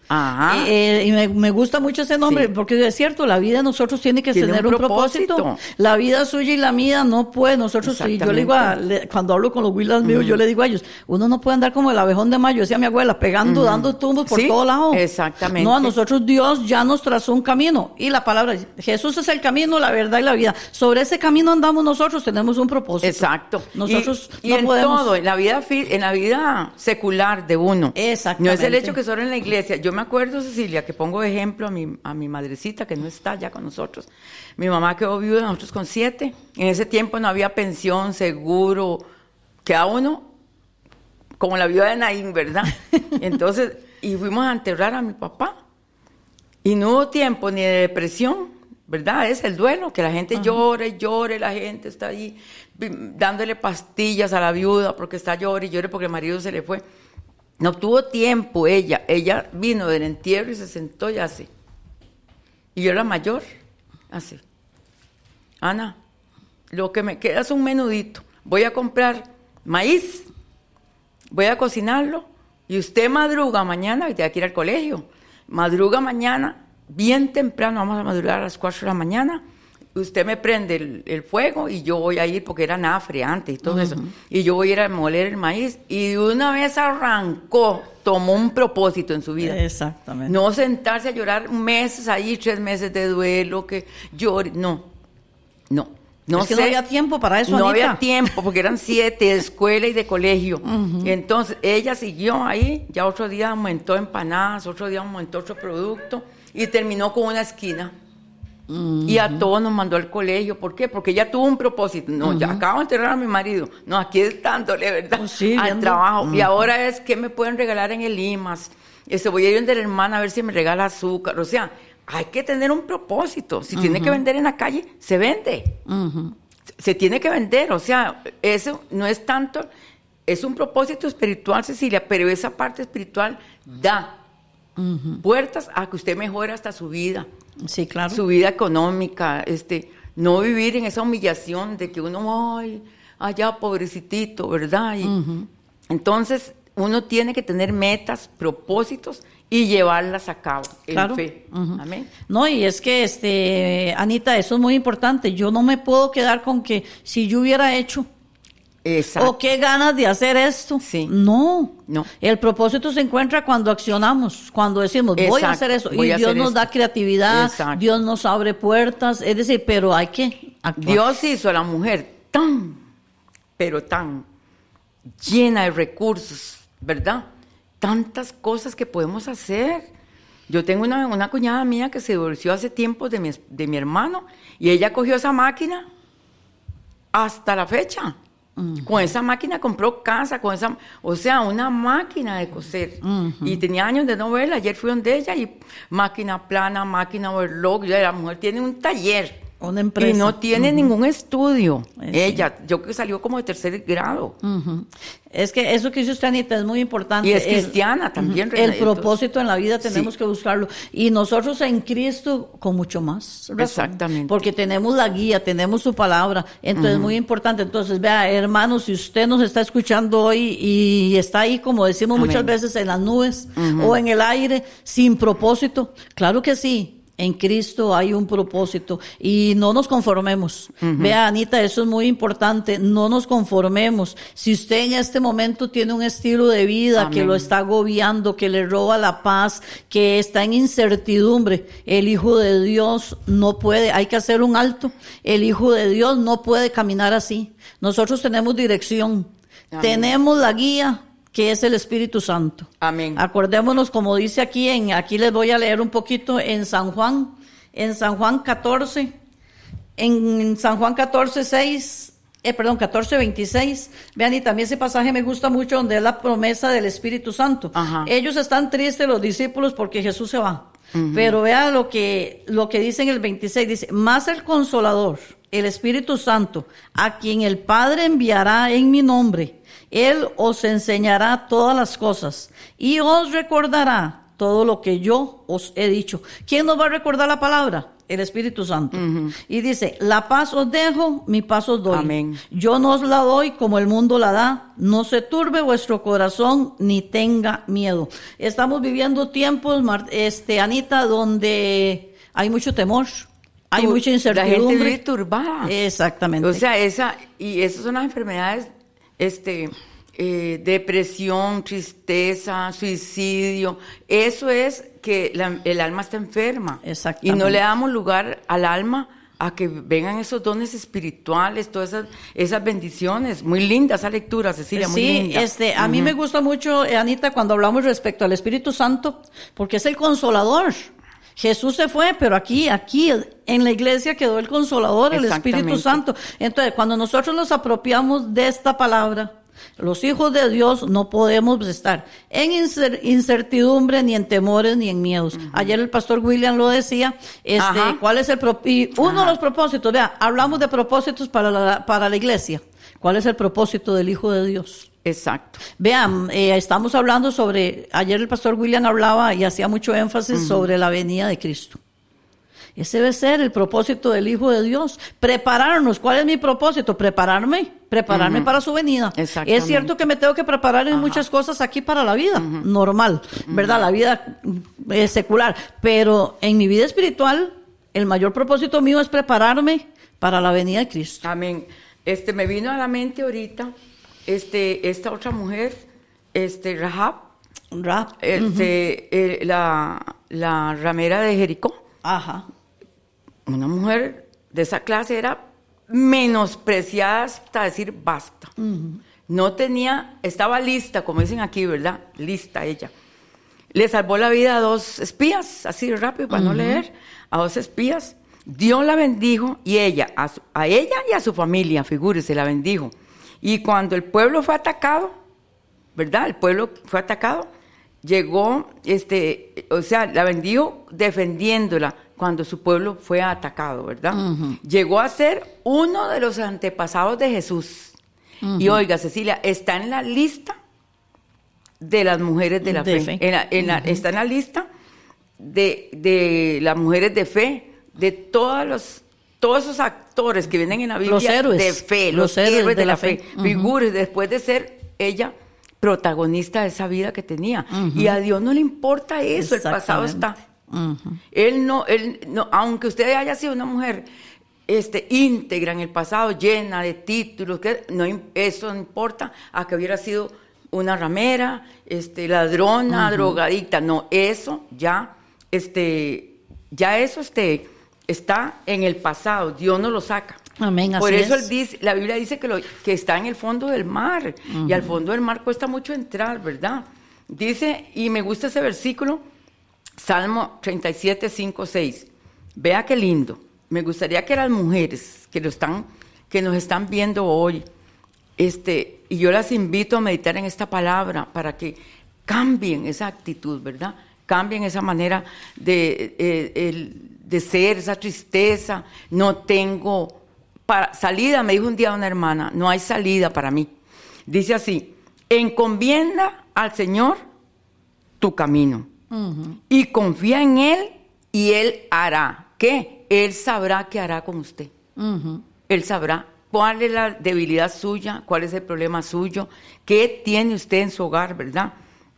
Ajá. Eh, y me, me gusta mucho ese nombre, sí. porque es cierto, la vida de nosotros tiene que tiene tener un propósito. propósito. La vida suya y la mía no puede, nosotros, y yo le digo, a, le, cuando hablo con los Willas míos, uh-huh. yo le digo a ellos, uno no puede andar como el abejón de mayo, decía mi abuela, pegando, uh-huh. dando tumbos por sí, todo lado. Exactamente. No, a nosotros Dios ya nos trazó un camino, y la palabra, Jesús es el camino, la verdad y la vida. Sobre ese camino andamos nosotros, tenemos un propósito. Exacto. Nosotros y, no y en podemos... todo, en la vida en la vida secular de uno. Exactamente. No es el hecho que solo en la iglesia. Yo me acuerdo, Cecilia, que pongo de ejemplo a mi, a mi madrecita, que no está ya con nosotros. Mi mamá quedó viuda, nosotros con siete. En ese tiempo no había pensión, seguro. Queda uno como la viuda de Naín, ¿verdad? Entonces, y fuimos a enterrar a mi papá. Y no hubo tiempo ni de depresión, ¿verdad? Es el duelo, que la gente uh-huh. llore, llore, la gente está ahí dándole pastillas a la viuda porque está llore y llore porque el marido se le fue. No tuvo tiempo ella, ella vino del entierro y se sentó y así. Y yo la mayor, así. Ana, lo que me queda es un menudito. Voy a comprar maíz, voy a cocinarlo y usted madruga mañana y tiene que ir al colegio. Madruga mañana, bien temprano, vamos a madrugar a las cuatro de la mañana. Usted me prende el, el fuego y yo voy a ir, porque era nafre antes y todo uh-huh. eso, y yo voy a ir a moler el maíz, y de una vez arrancó, tomó un propósito en su vida. Exactamente. No sentarse a llorar meses ahí, tres meses de duelo, que llore, no, no. No es que sé, no había tiempo para eso, No Anita. había tiempo, porque eran siete, de escuela y de colegio. Uh-huh. Entonces, ella siguió ahí, ya otro día aumentó empanadas, otro día aumentó otro producto, y terminó con una esquina. Uh-huh. Y a todos nos mandó al colegio. ¿Por qué? Porque ella tuvo un propósito. No, uh-huh. ya acabo de enterrar a mi marido. No, aquí es dándole, ¿verdad? Oh, sí, al viendo. trabajo. Uh-huh. Y ahora es, ¿qué me pueden regalar en el I M A S? Este, voy a ir donde la hermana a ver si me regala azúcar. O sea, hay que tener un propósito. Si uh-huh. tiene que vender en la calle, se vende. Uh-huh. Se tiene que vender. O sea, eso no es tanto... Es un propósito espiritual, Cecilia, pero esa parte espiritual da uh-huh. puertas a que usted mejore hasta su vida. Sí, claro. Su vida económica, este, no vivir en esa humillación de que uno, ay, allá pobrecitito, ¿verdad? Y uh-huh. entonces uno tiene que tener metas, propósitos y llevarlas a cabo en claro. fe. Uh-huh. Amén. No, y es que, este, Anita, eso es muy importante. Yo no me puedo quedar con que si yo hubiera hecho... Exacto. O qué ganas de hacer esto. Sí. No, no. El propósito se encuentra cuando accionamos, cuando decimos, Exacto. voy a hacer eso. Voy y Dios nos esto. da creatividad, Exacto. Dios nos abre puertas. Es decir, pero hay que actuar. Dios hizo a la mujer tan, pero tan llena de recursos, ¿verdad? Tantas cosas que podemos hacer. Yo tengo una, una cuñada mía que se divorció hace tiempo de mi, de mi hermano, y ella cogió esa máquina hasta la fecha. Uh-huh. Con esa máquina compró casa, con esa, o sea, una máquina de coser. Uh-huh. Y tenía años de no verla. Ayer fui donde ella y máquina plana, máquina overlock. La mujer tiene un taller. Una empresa. Y no tiene uh-huh. ningún estudio. Sí. Ella, yo que salió como de tercer grado. Uh-huh. Es que eso que dice usted, Anita, es muy importante. Y es cristiana el, también. Uh-huh. El propósito en la vida tenemos sí. que buscarlo. Y nosotros en Cristo con mucho más razón. Exactamente. Porque tenemos la guía, tenemos su palabra. Entonces, uh-huh. muy importante. Entonces, vea, hermanos, si usted nos está escuchando hoy y está ahí, como decimos Amén. Muchas veces, en las nubes uh-huh. o en el aire, sin propósito, claro que sí. En Cristo hay un propósito y no nos conformemos. Uh-huh. Vea, Anita, eso es muy importante. No nos conformemos. Si usted en este momento tiene un estilo de vida Amén. Que lo está agobiando, que le roba la paz, que está en incertidumbre, el Hijo de Dios no puede. Hay que hacer un alto. El Hijo de Dios no puede caminar así. Nosotros tenemos dirección. Amén. Tenemos la guía, que es el Espíritu Santo. Amén. Acordémonos, como dice aquí, en aquí les voy a leer un poquito en San Juan, en San Juan catorce, en San Juan catorce, seis, eh, perdón, catorce, veintiséis. Vean, y también ese pasaje me gusta mucho, donde es la promesa del Espíritu Santo. Ajá. Ellos están tristes, los discípulos, porque Jesús se va. Uh-huh. Pero vean lo que, lo que dice en el veintiséis, dice, más el Consolador, el Espíritu Santo, a quien el Padre enviará en mi nombre, Él os enseñará todas las cosas y os recordará todo lo que yo os he dicho. ¿Quién nos va a recordar la palabra? El Espíritu Santo. Uh-huh. Y dice, la paz os dejo, mi paz os doy. Amén. Yo no os la doy como el mundo la da. No se turbe vuestro corazón ni tenga miedo. Estamos viviendo tiempos, este, Anita, donde hay mucho temor. Hay Tú, mucha incertidumbre. La gente vive turbada. Exactamente. O sea, esa, y esas son las enfermedades, este, eh, depresión, tristeza, suicidio. Eso es que la, el alma está enferma. Exactamente. Y no le damos lugar al alma a que vengan esos dones espirituales, todas esas, esas bendiciones. Muy linda esa lectura, Cecilia, muy sí, linda. Este, a uh-huh. mí me gusta mucho, Anita, cuando hablamos respecto al Espíritu Santo, porque es el Consolador. Jesús se fue, pero aquí, aquí, en la iglesia quedó el Consolador, el Espíritu Santo. Entonces, cuando nosotros nos apropiamos de esta palabra, los hijos de Dios no podemos estar en incertidumbre, ni en temores, ni en miedos. Uh-huh. Ayer el pastor William lo decía, este, ¿cuál es el pro- y uno Ajá. de los propósitos? Vea, hablamos de propósitos para la, para la iglesia. ¿Cuál es el propósito del Hijo de Dios? Exacto. Vean, eh, estamos hablando sobre, ayer el pastor William hablaba y hacía mucho énfasis uh-huh. sobre la venida de Cristo. Ese debe ser el propósito del Hijo de Dios. Prepararnos. ¿Cuál es mi propósito? Prepararme. Prepararme uh-huh. para su venida. Es cierto que me tengo que preparar en Ajá. muchas cosas aquí para la vida uh-huh. normal, ¿verdad? Uh-huh. La vida eh, secular. Pero en mi vida espiritual, el mayor propósito mío es prepararme para la venida de Cristo. Amén. Este, me vino a la mente ahorita, este, esta otra mujer, este, Rahab. Rahab. Este, uh-huh. eh, la, la ramera de Jericó. Ajá. Una mujer de esa clase era menospreciada hasta decir basta. Uh-huh. No tenía, estaba lista, como dicen aquí, ¿verdad? Lista ella. Le salvó la vida a dos espías, así rápido para uh-huh. no leer, a dos espías. Dios la bendijo y ella, a, su, a ella y a su familia, figúrese, la bendijo. Y cuando el pueblo fue atacado, ¿verdad? El pueblo fue atacado, llegó, este, o sea, la bendijo defendiéndola cuando su pueblo fue atacado, ¿verdad? Uh-huh. Llegó a ser uno de los antepasados de Jesús. Uh-huh. Y oiga, Cecilia, está en la lista de las mujeres de la de fe. fe. En la, en uh-huh. la, está en la lista de, de las mujeres de fe, de todos los, todos esos actores que vienen en la Biblia los héroes, de fe, los, los héroes, héroes de, de la, la fe. fe. Uh-huh. Figures, después de ser ella protagonista de esa vida que tenía. Uh-huh. Y a Dios no le importa eso, el pasado está. Uh-huh. Él no, él no, aunque usted haya sido una mujer este, íntegra en el pasado, llena de títulos, que no, eso no importa a que hubiera sido una ramera, este, ladrona, uh-huh. drogadicta, no, eso ya, este, ya eso este, está en el pasado, Dios no lo saca. Amén, así Por eso es. él dice, la Biblia dice que, lo, que está en el fondo del mar, uh-huh. y al fondo del mar cuesta mucho entrar, ¿verdad? Dice, y me gusta ese versículo, Salmo treinta y siete, cinco, seis. Vea qué lindo. Me gustaría que las mujeres que, lo están, que nos están viendo hoy, este, y yo las invito a meditar en esta palabra para que cambien esa actitud, ¿verdad? Cambien esa manera de, eh, el, de ser, esa tristeza. No tengo para, salida, me dijo un día una hermana, no hay salida para mí. Dice así, encomienda al Señor tu camino. Uh-huh. Y confía en Él y Él hará. ¿Qué? Él sabrá qué hará con usted. Uh-huh. Él sabrá cuál es la debilidad suya, cuál es el problema suyo, qué tiene usted en su hogar, ¿verdad?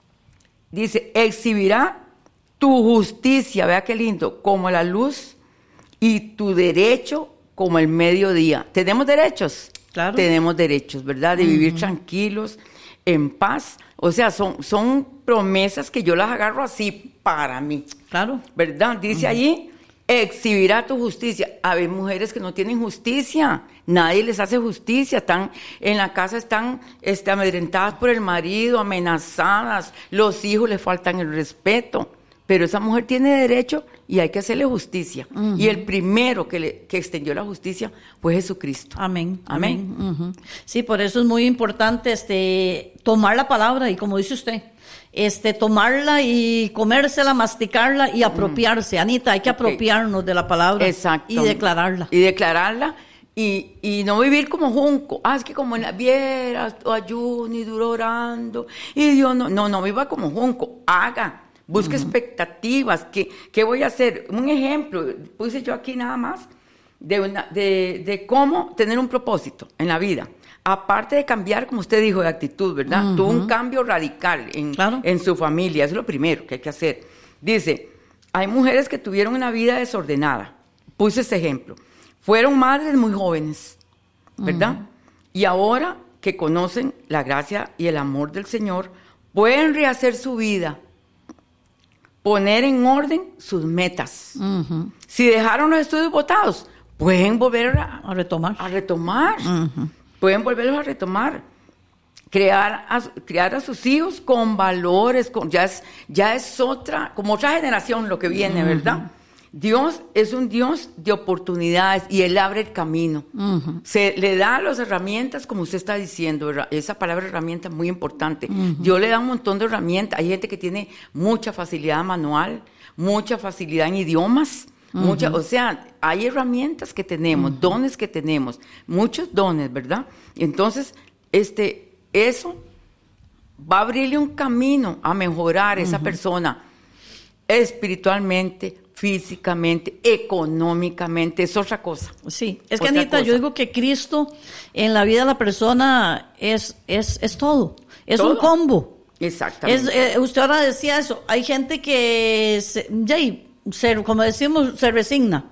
Dice, exhibirá tu justicia, vea qué lindo, como la luz y tu derecho como el mediodía. ¿Tenemos derechos? Claro. Tenemos derechos, ¿verdad? De uh-huh. vivir tranquilos, en paz. O sea, son, son promesas que yo las agarro así para mí. Claro. ¿Verdad? Dice uh-huh. allí, exhibirá tu justicia. Hay mujeres que no tienen justicia. Nadie les hace justicia. Están en la casa, están este, amedrentadas por el marido, amenazadas. Los hijos les faltan el respeto. Pero esa mujer tiene derecho y hay que hacerle justicia. Uh-huh. Y el primero que, le, que extendió la justicia fue Jesucristo. Amén. Amén. Amén. Uh-huh. Sí, por eso es muy importante este, tomar la palabra y como dice usted, este, tomarla y comérsela, masticarla y apropiarse. Uh-huh. Anita, hay que okay. apropiarnos de la palabra. Exacto. Y declararla. Y declararla y, y no vivir como junco. Ah, es que como en la viera, ayuno y duro orando. Y Dios no, no, no viva como junco. Haga. busca uh-huh. expectativas. ¿Qué, ¿Qué voy a hacer? Un ejemplo, puse yo aquí nada más, de, una, de, de cómo tener un propósito en la vida. Aparte de cambiar, como usted dijo, de actitud, ¿verdad? Uh-huh. Tuvo un cambio radical en, claro. en su familia, eso es lo primero que hay que hacer. Dice, hay mujeres que tuvieron una vida desordenada, puse ese ejemplo, fueron madres muy jóvenes, ¿verdad? Uh-huh. Y ahora que conocen la gracia y el amor del Señor, pueden rehacer su vida, poner en orden sus metas. Uh-huh. Si dejaron los estudios botados, pueden volver a, a retomar. A retomar. Uh-huh. Pueden volverlos a retomar. Crear a, crear a sus hijos con valores, con, ya, es, ya es otra, como otra generación lo que viene, uh-huh. ¿verdad? Dios es un Dios de oportunidades y Él abre el camino. Uh-huh. Se le da las herramientas, como usted está diciendo, esa palabra herramienta es muy importante. Uh-huh. Dios le da un montón de herramientas. Hay gente que tiene mucha facilidad manual, mucha facilidad en idiomas, uh-huh. mucha, o sea, hay herramientas que tenemos, uh-huh. dones que tenemos, muchos dones, ¿verdad? Entonces, este, eso va a abrirle un camino a mejorar a esa uh-huh. persona espiritualmente, físicamente, económicamente, es otra cosa. Sí, es que Anita, cosa. Yo digo que Cristo en la vida de la persona es, es, es todo, es ¿Todo? un combo. Exactamente. Es, eh, usted ahora decía eso, hay gente que, se, ya, se, como decimos, se resigna.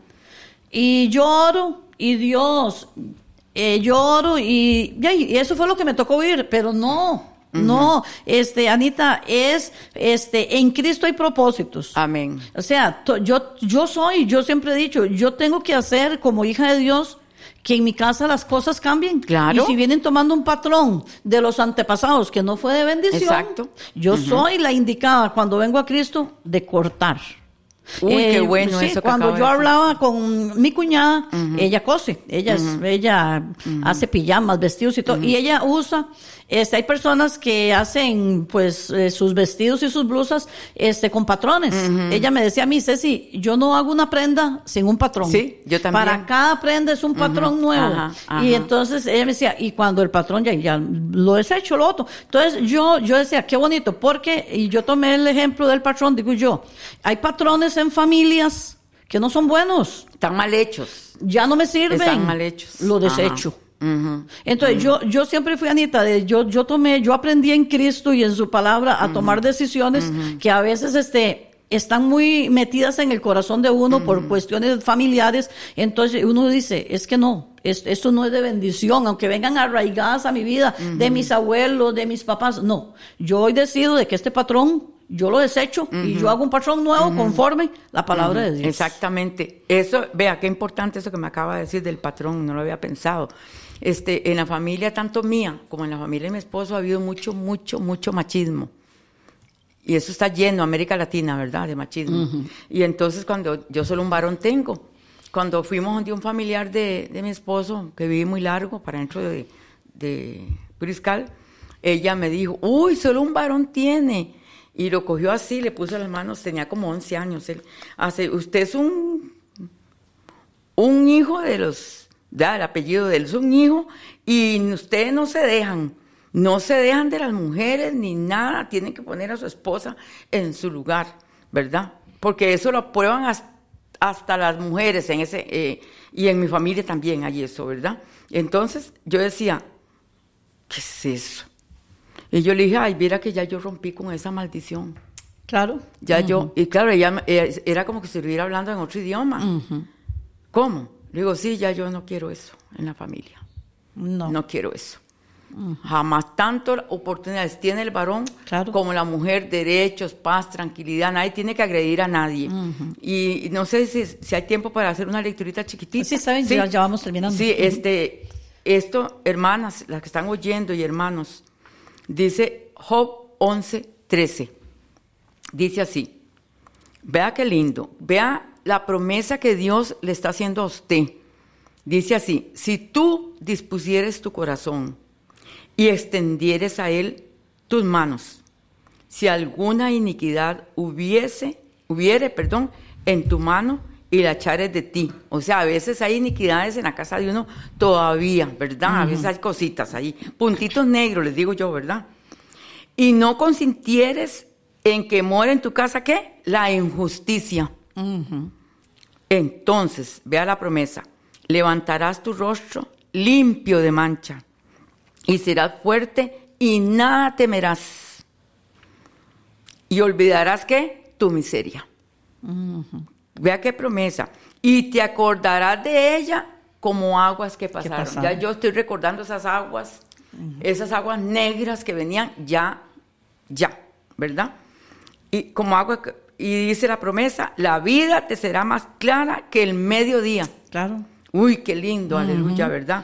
Y yo oro, y Dios, eh, yo oro, y, ya, y eso fue lo que me tocó oír, pero no. Uh-huh. No, este, Anita, es, este, en Cristo hay propósitos. Amén. O sea, to, yo, yo soy, yo siempre he dicho, yo tengo que hacer como hija de Dios que en mi casa las cosas cambien. Claro. Y si vienen tomando un patrón de los antepasados que no fue de bendición, exacto. yo uh-huh. soy la indicada cuando vengo a Cristo de cortar. Uy, eh, qué bueno sí, eso que cuando yo de hablaba con mi cuñada, uh-huh. ella cose, ella, uh-huh. es, ella uh-huh. hace pijamas, vestidos y todo, uh-huh. y ella usa, este, hay personas que hacen, pues, eh, sus vestidos y sus blusas, este, con patrones. Uh-huh. Ella me decía a mí, Ceci, yo no hago una prenda sin un patrón. Sí, yo también. Para cada prenda es un patrón uh-huh. nuevo. Ajá, ajá. Y entonces ella me decía, y cuando el patrón ya, ya lo desecho, lo otro. Entonces yo, yo decía, qué bonito, porque, y yo tomé el ejemplo del patrón, digo yo, hay patrones en familias que no son buenos. Están mal hechos. Ya no me sirven. Están mal hechos. Lo desecho. Uh-huh. Entonces uh-huh. yo yo siempre fui, Anita, de, yo yo tomé, yo aprendí en Cristo y en su palabra a uh-huh. tomar decisiones uh-huh. que a veces este están muy metidas en el corazón de uno uh-huh. por cuestiones familiares. Entonces uno dice, es que no, es, esto no es de bendición, aunque vengan arraigadas a mi vida, uh-huh. de mis abuelos, de mis papás. No, yo hoy decido de que este patrón yo lo desecho uh-huh. y yo hago un patrón nuevo uh-huh. conforme la palabra uh-huh. de Dios. Exactamente. Eso, vea, qué importante eso que me acaba de decir del patrón, no lo había pensado. Este, en la familia, tanto mía como en la familia de mi esposo, ha habido mucho, mucho, mucho machismo. Y eso está lleno, América Latina, ¿verdad?, de machismo. Uh-huh. Y entonces, cuando yo solo un varón tengo, cuando fuimos de un familiar de, de mi esposo, que vive muy largo, para dentro de, de Puriscal, ella me dijo, uy, solo un varón tiene. Y lo cogió así, le puso las manos, tenía como once años. Él, hace, usted es un, un hijo de los, da el apellido de él, es un hijo, y ustedes no se dejan, no se dejan de las mujeres ni nada, tienen que poner a su esposa en su lugar, ¿verdad? Porque eso lo aprueban hasta, hasta las mujeres en ese, eh, y en mi familia también hay eso, ¿verdad? Entonces yo decía, ¿qué es eso? Y yo le dije, ay, mira que ya yo rompí con esa maldición. Claro. Ya uh-huh. yo, y claro, ella era como que se estuviera hablando en otro idioma. Uh-huh. ¿Cómo? Le digo, sí, ya yo no quiero eso en la familia. No. No quiero eso. Uh-huh. Jamás tanto oportunidades tiene el varón claro. como la mujer, derechos, paz, tranquilidad. Nadie tiene que agredir a nadie. Uh-huh. Y, y no sé si, si hay tiempo para hacer una lecturita chiquitita. Sí, saben, sí. Ya, ya vamos terminando. Sí, uh-huh. este, esto, hermanas, las que están oyendo y hermanos, dice Job once, trece. Dice así, vea qué lindo, vea la promesa que Dios le está haciendo a usted. Dice así, si tú dispusieres tu corazón y extendieres a él tus manos, si alguna iniquidad hubiese, hubiere, perdón, en tu mano y la echares de ti. O sea, a veces hay iniquidades en la casa de uno todavía, ¿verdad? Uh-huh. A veces hay cositas ahí, puntitos negros, les digo yo, ¿verdad? Y no consintieres en que mora en tu casa, ¿qué? La injusticia. Uh-huh. Entonces, vea la promesa, levantarás tu rostro limpio de mancha y serás fuerte y nada temerás. Y olvidarás, ¿qué? Tu miseria. Uh-huh. Vea qué promesa. Y te acordarás de ella como aguas que pasaron. pasaron. Ya yo estoy recordando esas aguas, uh-huh. esas aguas negras que venían ya, ya, ¿verdad? Y como agua, y dice la promesa, la vida te será más clara que el mediodía. Claro. Uy, qué lindo, uh-huh. aleluya, ¿verdad?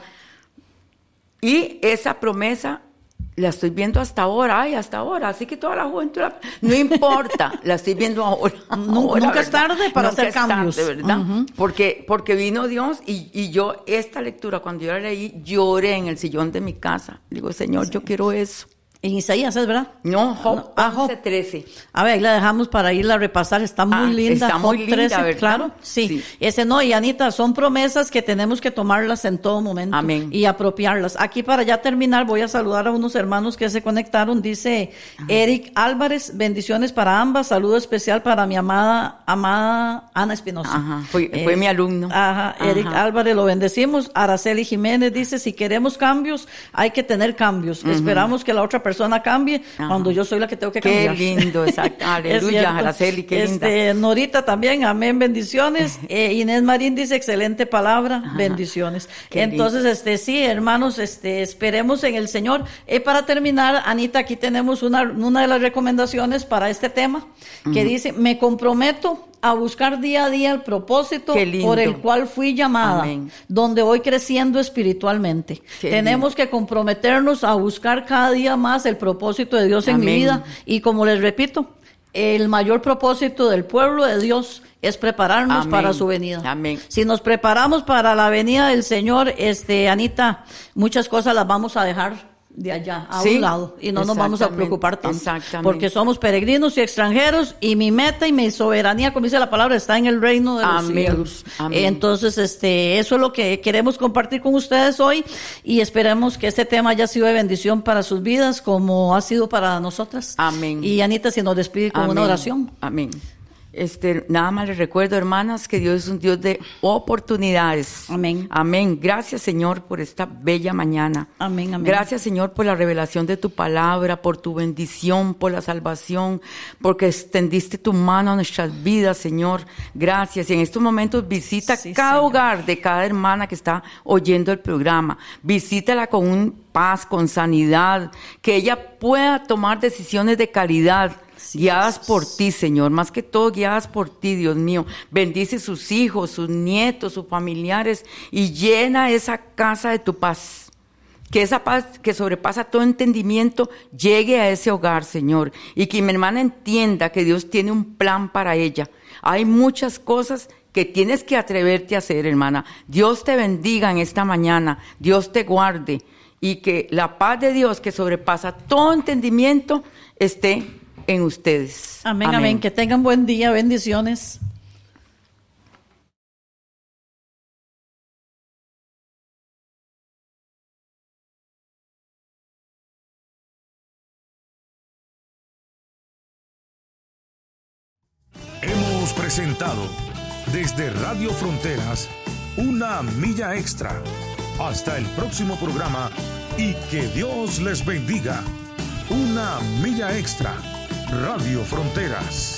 Y esa promesa la estoy viendo hasta ahora, ay, hasta ahora, así que toda la juventud, la, no importa, la estoy viendo ahora. No, ahora nunca es tarde para nunca hacer cambios. Tarde, ¿verdad? Uh-huh. Porque, porque vino Dios y, y yo, esta lectura, cuando yo la leí, lloré en el sillón de mi casa. Digo, Señor, sí. yo quiero eso. En Isaías, ¿es verdad? No, Job no, ah, once trece. A ver, ahí la dejamos para irla a repasar, está muy ah, linda. Está muy linda, trece, ¿verdad? Claro, sí. sí. Ese no, y Anita, son promesas que tenemos que tomarlas en todo momento. Amén. Y apropiarlas. Aquí para ya terminar, voy a saludar a unos hermanos que se conectaron. Dice Ajá. Eric Álvarez, bendiciones para ambas, saludo especial para mi amada, amada Ana Espinosa. Ajá, fue, fue eh, mi alumno. Ajá, Eric Ajá. Álvarez, lo bendecimos. Araceli Jiménez dice, si queremos cambios, hay que tener cambios. Uh-huh. Esperamos que la otra persona cambie. Ajá. Cuando yo soy la que tengo que cambiar. Qué lindo, exacto. Aleluya, Araceli, qué linda. Este, Norita también, amén, bendiciones. Eh, Inés Marín dice, excelente palabra, Ajá. bendiciones. Qué Entonces, lindo. este, sí, hermanos, este, esperemos en el Señor. Y eh, para terminar, Anita, aquí tenemos una, una de las recomendaciones para este tema, que uh-huh. dice, me comprometo a buscar día a día el propósito por el cual fui llamada, Amén. Donde voy creciendo espiritualmente. Qué Tenemos lindo. Que comprometernos a buscar cada día más el propósito de Dios Amén. En mi vida. Y como les repito, el mayor propósito del pueblo de Dios es prepararnos Amén. Para su venida. Amén. Si nos preparamos para la venida del Señor, este, Anita, muchas cosas las vamos a dejar de allá, a sí, un lado, y no nos vamos a preocupar tanto, porque somos peregrinos y extranjeros, y mi meta y mi soberanía, como dice la palabra, está en el reino de los Amén. Cielos. Amén. Entonces, este, eso es lo que queremos compartir con ustedes hoy, y esperemos que este tema haya sido de bendición para sus vidas, como ha sido para nosotras. Amén. Y Anita, si nos despide con Amén. Una oración. Amén. Este, nada más les recuerdo, hermanas, que Dios es un Dios de oportunidades. Amén. Amén. Gracias, Señor, por esta bella mañana. Amén, amén. Gracias, Señor, por la revelación de tu palabra, por tu bendición, por la salvación, porque extendiste tu mano a nuestras vidas, Señor. Gracias. Y en estos momentos visita sí, cada Señor. Hogar de cada hermana que está oyendo el programa. Visítala con un paz, con sanidad, que ella pueda tomar decisiones de calidad. Sí, guiadas Jesús. Por ti, Señor, más que todo guiadas por ti, Dios mío. Bendice sus hijos, sus nietos, sus familiares y llena esa casa de tu paz. Que esa paz que sobrepasa todo entendimiento llegue a ese hogar, Señor. Y que mi hermana entienda que Dios tiene un plan para ella. Hay muchas cosas que tienes que atreverte a hacer, hermana. Dios te bendiga en esta mañana. Dios te guarde. Y que la paz de Dios que sobrepasa todo entendimiento esté en ustedes. Amén, amén, amén. Que tengan buen día, bendiciones. Hemos presentado desde Radio Fronteras Una Milla Extra. Hasta el próximo programa y que Dios les bendiga. Una Milla Extra. Radio Fronteras.